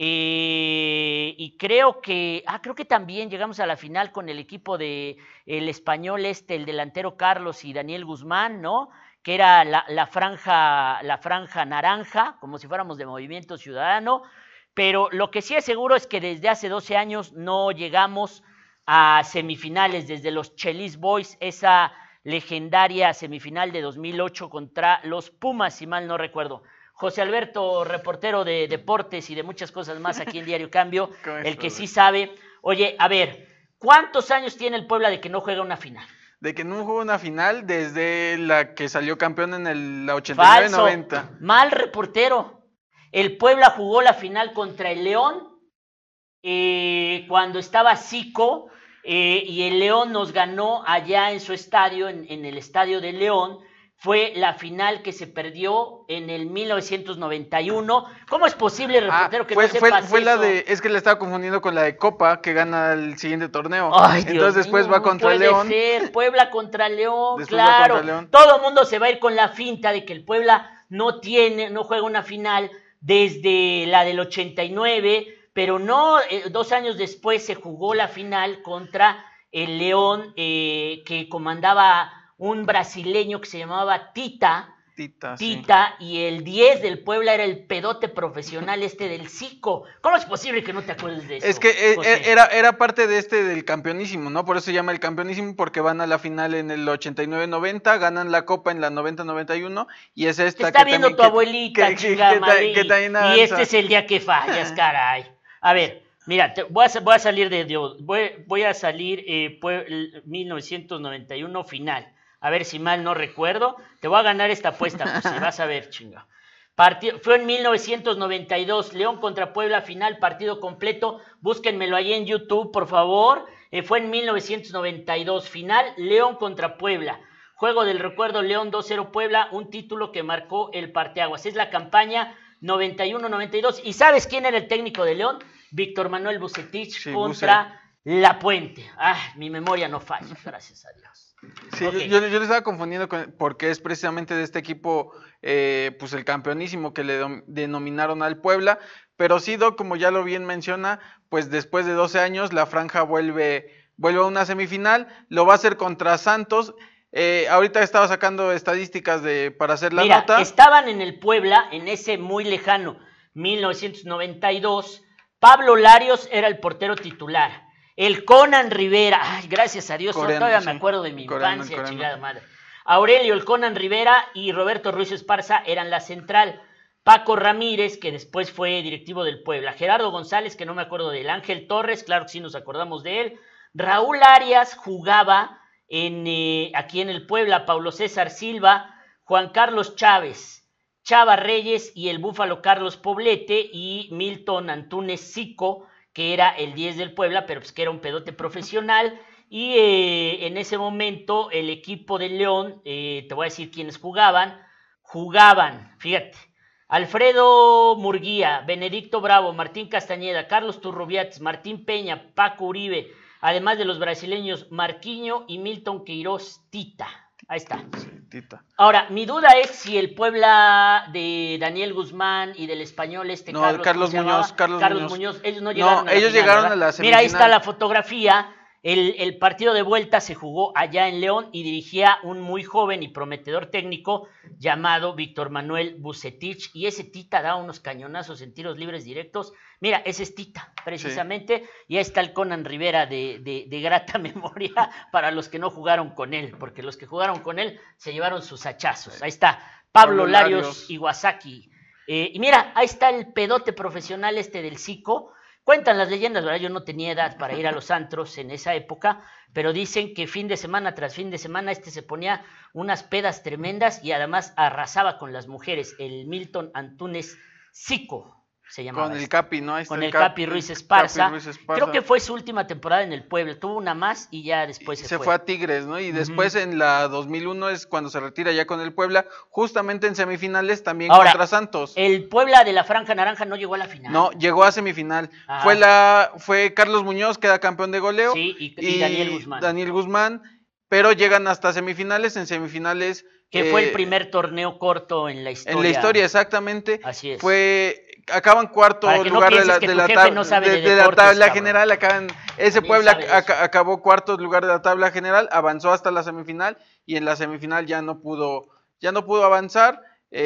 y creo que también llegamos a la final con el equipo de el español el delantero Carlos y Daniel Guzmán, ¿no? Que era la franja naranja, como si fuéramos de Movimiento Ciudadano. Pero lo que sí es seguro es que desde hace 12 años no llegamos a semifinales, desde los Chelis Boys, esa legendaria semifinal de 2008 contra los Pumas, si mal no recuerdo. José Alberto, reportero de deportes y de muchas cosas más aquí en Diario Cambio, el que sí sabe. Oye, a ver, ¿cuántos años tiene el Puebla de que no juega una final? De que no juega una final desde la que salió campeón en la 89-90. Falso. Mal reportero. El Puebla jugó la final contra el León cuando estaba Zico, y el León nos ganó allá en su estadio, en el estadio de León. Fue la final que se perdió en el 1991. ¿Cómo es posible, reportero, que no sepas fue eso? Es que la estaba confundiendo con la de Copa, que gana el siguiente torneo. Ay, entonces después va contra León. Puebla contra León, claro. Contra León. Todo el mundo se va a ir con la finta de que el Puebla no juega una final desde la del 89, pero no, 2 años después se jugó la final contra el León, que comandaba un brasileño que se llamaba Tita, sí. Y el 10 del Puebla era el pedote profesional del Zico. ¿Cómo es posible que no te acuerdes de eso? Es que era parte de del campeonísimo, ¿no? Por eso se llama el campeonísimo, porque van a la final en el 89-90, ganan la Copa en la 90-91, y es esta. Te está viendo tu abuelita, chingada madre, y este es el día que fallas, caray. A ver, mira, voy a salir de Dios, voy a salir 1991 final. A ver si mal no recuerdo. Te voy a ganar esta apuesta, José. Vas a ver, chinga. Fue en 1992. León contra Puebla, final, partido completo. Búsquenmelo ahí en YouTube, por favor. Fue en 1992. Final, León contra Puebla. Juego del recuerdo, León 2-0 Puebla. Un título que marcó el parteaguas. Es la campaña 91-92. ¿Y sabes quién era el técnico de León? Víctor Manuel Bucetich contra La Puente. Mi memoria no falla, gracias a Dios. Sí, okay. yo le estaba confundiendo porque es precisamente de este equipo, pues el campeonísimo que le denominaron al Puebla, pero sí, Doc, como ya lo bien menciona, pues después de 12 años la franja vuelve a una semifinal, lo va a hacer contra Santos. Ahorita estaba sacando estadísticas para hacer la nota. Estaban en el Puebla, en ese muy lejano 1992, Pablo Larios era el portero titular. El Conan Rivera, gracias a Dios, todavía me acuerdo de mi infancia, chingada madre. Aurelio, el Conan Rivera y Roberto Ruiz Esparza eran la central. Paco Ramírez, que después fue directivo del Puebla. Gerardo González, que no me acuerdo de él. Ángel Torres, claro que sí nos acordamos de él. Raúl Arias jugaba aquí en el Puebla, Paulo César Silva, Juan Carlos Chávez, Chava Reyes y el Búfalo Carlos Poblete y Milton Antúnez Zico, que era el 10 del Puebla, pero pues que era un pedote profesional. Y en ese momento el equipo de León, te voy a decir quiénes jugaban, fíjate, Alfredo Murguía, Benedicto Bravo, Martín Castañeda, Carlos Turrubiates, Martín Peña, Paco Uribe, además de los brasileños Marquinho y Milton Queiroz Tita. Ahí está. Sí, Tita. Ahora, mi duda es si el Puebla de Daniel Guzmán y del español Carlos Muñoz, ellos no llegaron llegaron a la semifinal. Mira, ahí está la fotografía. El partido de vuelta se jugó allá en León y dirigía un muy joven y prometedor técnico llamado Víctor Manuel Vucetich, y ese Tita da unos cañonazos en tiros libres directos. Mira, ese es Tita, precisamente, sí. Y ahí está el Conan Rivera de grata memoria para los que no jugaron con él, porque los que jugaron con él se llevaron sus hachazos. Ahí está Pablo Larios Iwasaki. Y mira, ahí está el pedote profesional del Zico. Cuentan las leyendas, ¿verdad? Yo no tenía edad para ir a los antros en esa época, pero dicen que fin de semana tras fin de semana se ponía unas pedas tremendas y además arrasaba con las mujeres. El Milton Antúnez Zico se llamaba. Con el Capi, ¿no? Con el Capi Ruiz Esparza. Creo que fue su última temporada en el Puebla. Tuvo una más y ya después se fue a Tigres, ¿no? Y después en la 2001 es cuando se retira ya con el Puebla, justamente en semifinales también contra Santos. El Puebla de la Franja Naranja no llegó a la final. No, llegó a semifinal. Fue Carlos Muñoz, queda campeón de goleo. Sí, y Daniel Guzmán, pero llegan hasta semifinales. En semifinales... Que fue el primer torneo corto en la historia. En la historia, exactamente. Así es. Acaban cuarto lugar de la tabla general. Ese Puebla acabó cuarto lugar de la tabla general, avanzó hasta la semifinal y en la semifinal ya no pudo avanzar.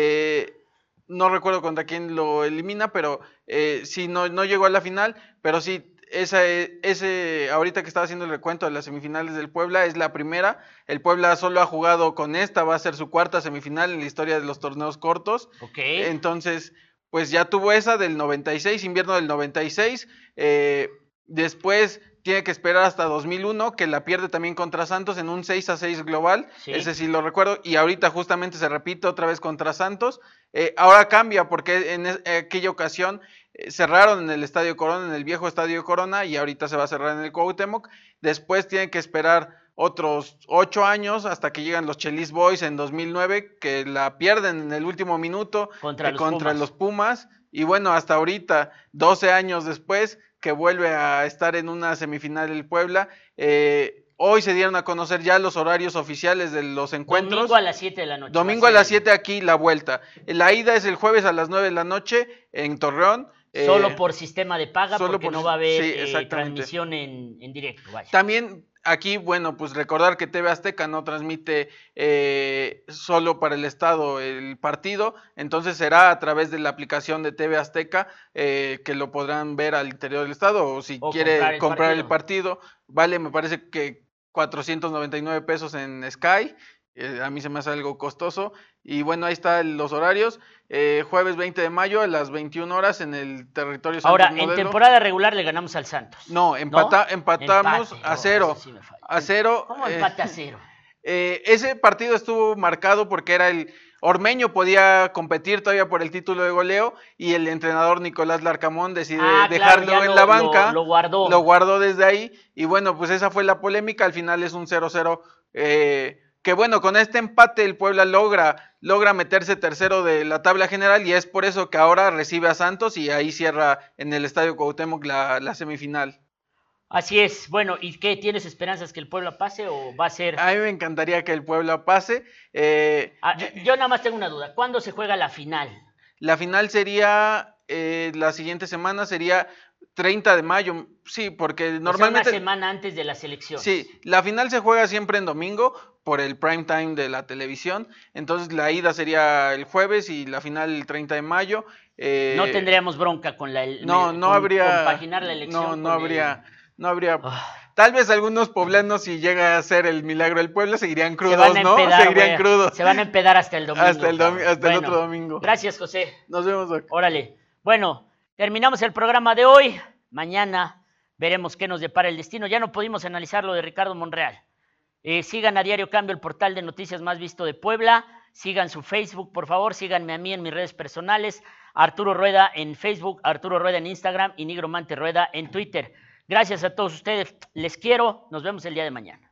No recuerdo contra quién lo elimina, pero sí no llegó a la final, pero sí. Ahorita que estaba haciendo el recuento de las semifinales del Puebla, es la primera. El Puebla solo ha jugado con esta, va a ser su cuarta semifinal en la historia de los torneos cortos. Okay. Entonces, pues ya tuvo esa del 96, invierno del 96. Después tiene que esperar hasta 2001, que la pierde también contra Santos en un 6-6 global. Sí. Ese sí lo recuerdo. Y ahorita justamente se repite otra vez contra Santos. Ahora cambia porque en aquella ocasión cerraron en el Estadio Corona, en el viejo Estadio Corona, y ahorita se va a cerrar en el Cuauhtémoc. Después tienen que esperar otros 8 años hasta que llegan los Chelis Boys en 2009, que la pierden en el último minuto contra los Pumas. Y bueno, hasta ahorita, 12 años después, que vuelve a estar en una semifinal el Puebla. Hoy se dieron a conocer ya los horarios oficiales de los encuentros. Domingo a las 7 de la noche. Domingo a las 7 aquí la vuelta. La ida es el jueves a las 9 de la noche en Torreón. Solo por sistema de paga, porque no va a haber transmisión en directo. Vaya. También aquí, bueno, pues recordar que TV Azteca no transmite solo para el estado el partido, entonces será a través de la aplicación de TV Azteca que lo podrán ver al interior del estado, o si quiere comprar el partido, vale, me parece que 499 pesos en Sky. A mí se me hace algo costoso. Y bueno, ahí están los horarios. Jueves 20 de mayo a las 21 horas en el territorio Santos Ahora, Modelo. En temporada regular le ganamos al Santos. No, empatamos a 0. A 0. ¿Cómo empate a 0? Ese partido estuvo marcado porque era Ormeño podía competir todavía por el título de goleo y el entrenador Nicolás Larcamón decide dejarlo en la banca. Lo guardó. Lo guardó desde ahí. Y bueno, pues esa fue la polémica. Al final es un 0-0. Que bueno, con este empate el Puebla logra meterse tercero de la tabla general y es por eso que ahora recibe a Santos y ahí cierra en el Estadio Cuauhtémoc la semifinal. Así es. Bueno, ¿y qué? ¿Tienes esperanzas que el Puebla pase o va a ser...? A mí me encantaría que el Puebla pase. Yo nada más tengo una duda. ¿Cuándo se juega la final? La final sería, la siguiente semana sería 30 de mayo. Sí, porque normalmente... una semana antes de la selección. Sí, la final se juega siempre en domingo por el prime time de la televisión. Entonces la ida sería el jueves y la final el 30 de mayo. No tendríamos bronca con habría... compaginar la elección. No habría... Tal vez algunos poblanos, si llega a ser el milagro del Puebla, seguirían crudos, ¿no? Seguirían crudos. Se van a empedar hasta el domingo. Hasta el otro domingo. Gracias, José. Nos vemos, Doc. Órale. Bueno, terminamos el programa de hoy. Mañana veremos qué nos depara el destino. Ya no pudimos analizar lo de Ricardo Monreal. Sigan a Diario Cambio, el portal de noticias más visto de Puebla. Sigan su Facebook, por favor. Síganme a mí en mis redes personales. Arturo Rueda en Facebook, Arturo Rueda en Instagram y Nigromante Rueda en Twitter. Gracias a todos ustedes. Les quiero. Nos vemos el día de mañana.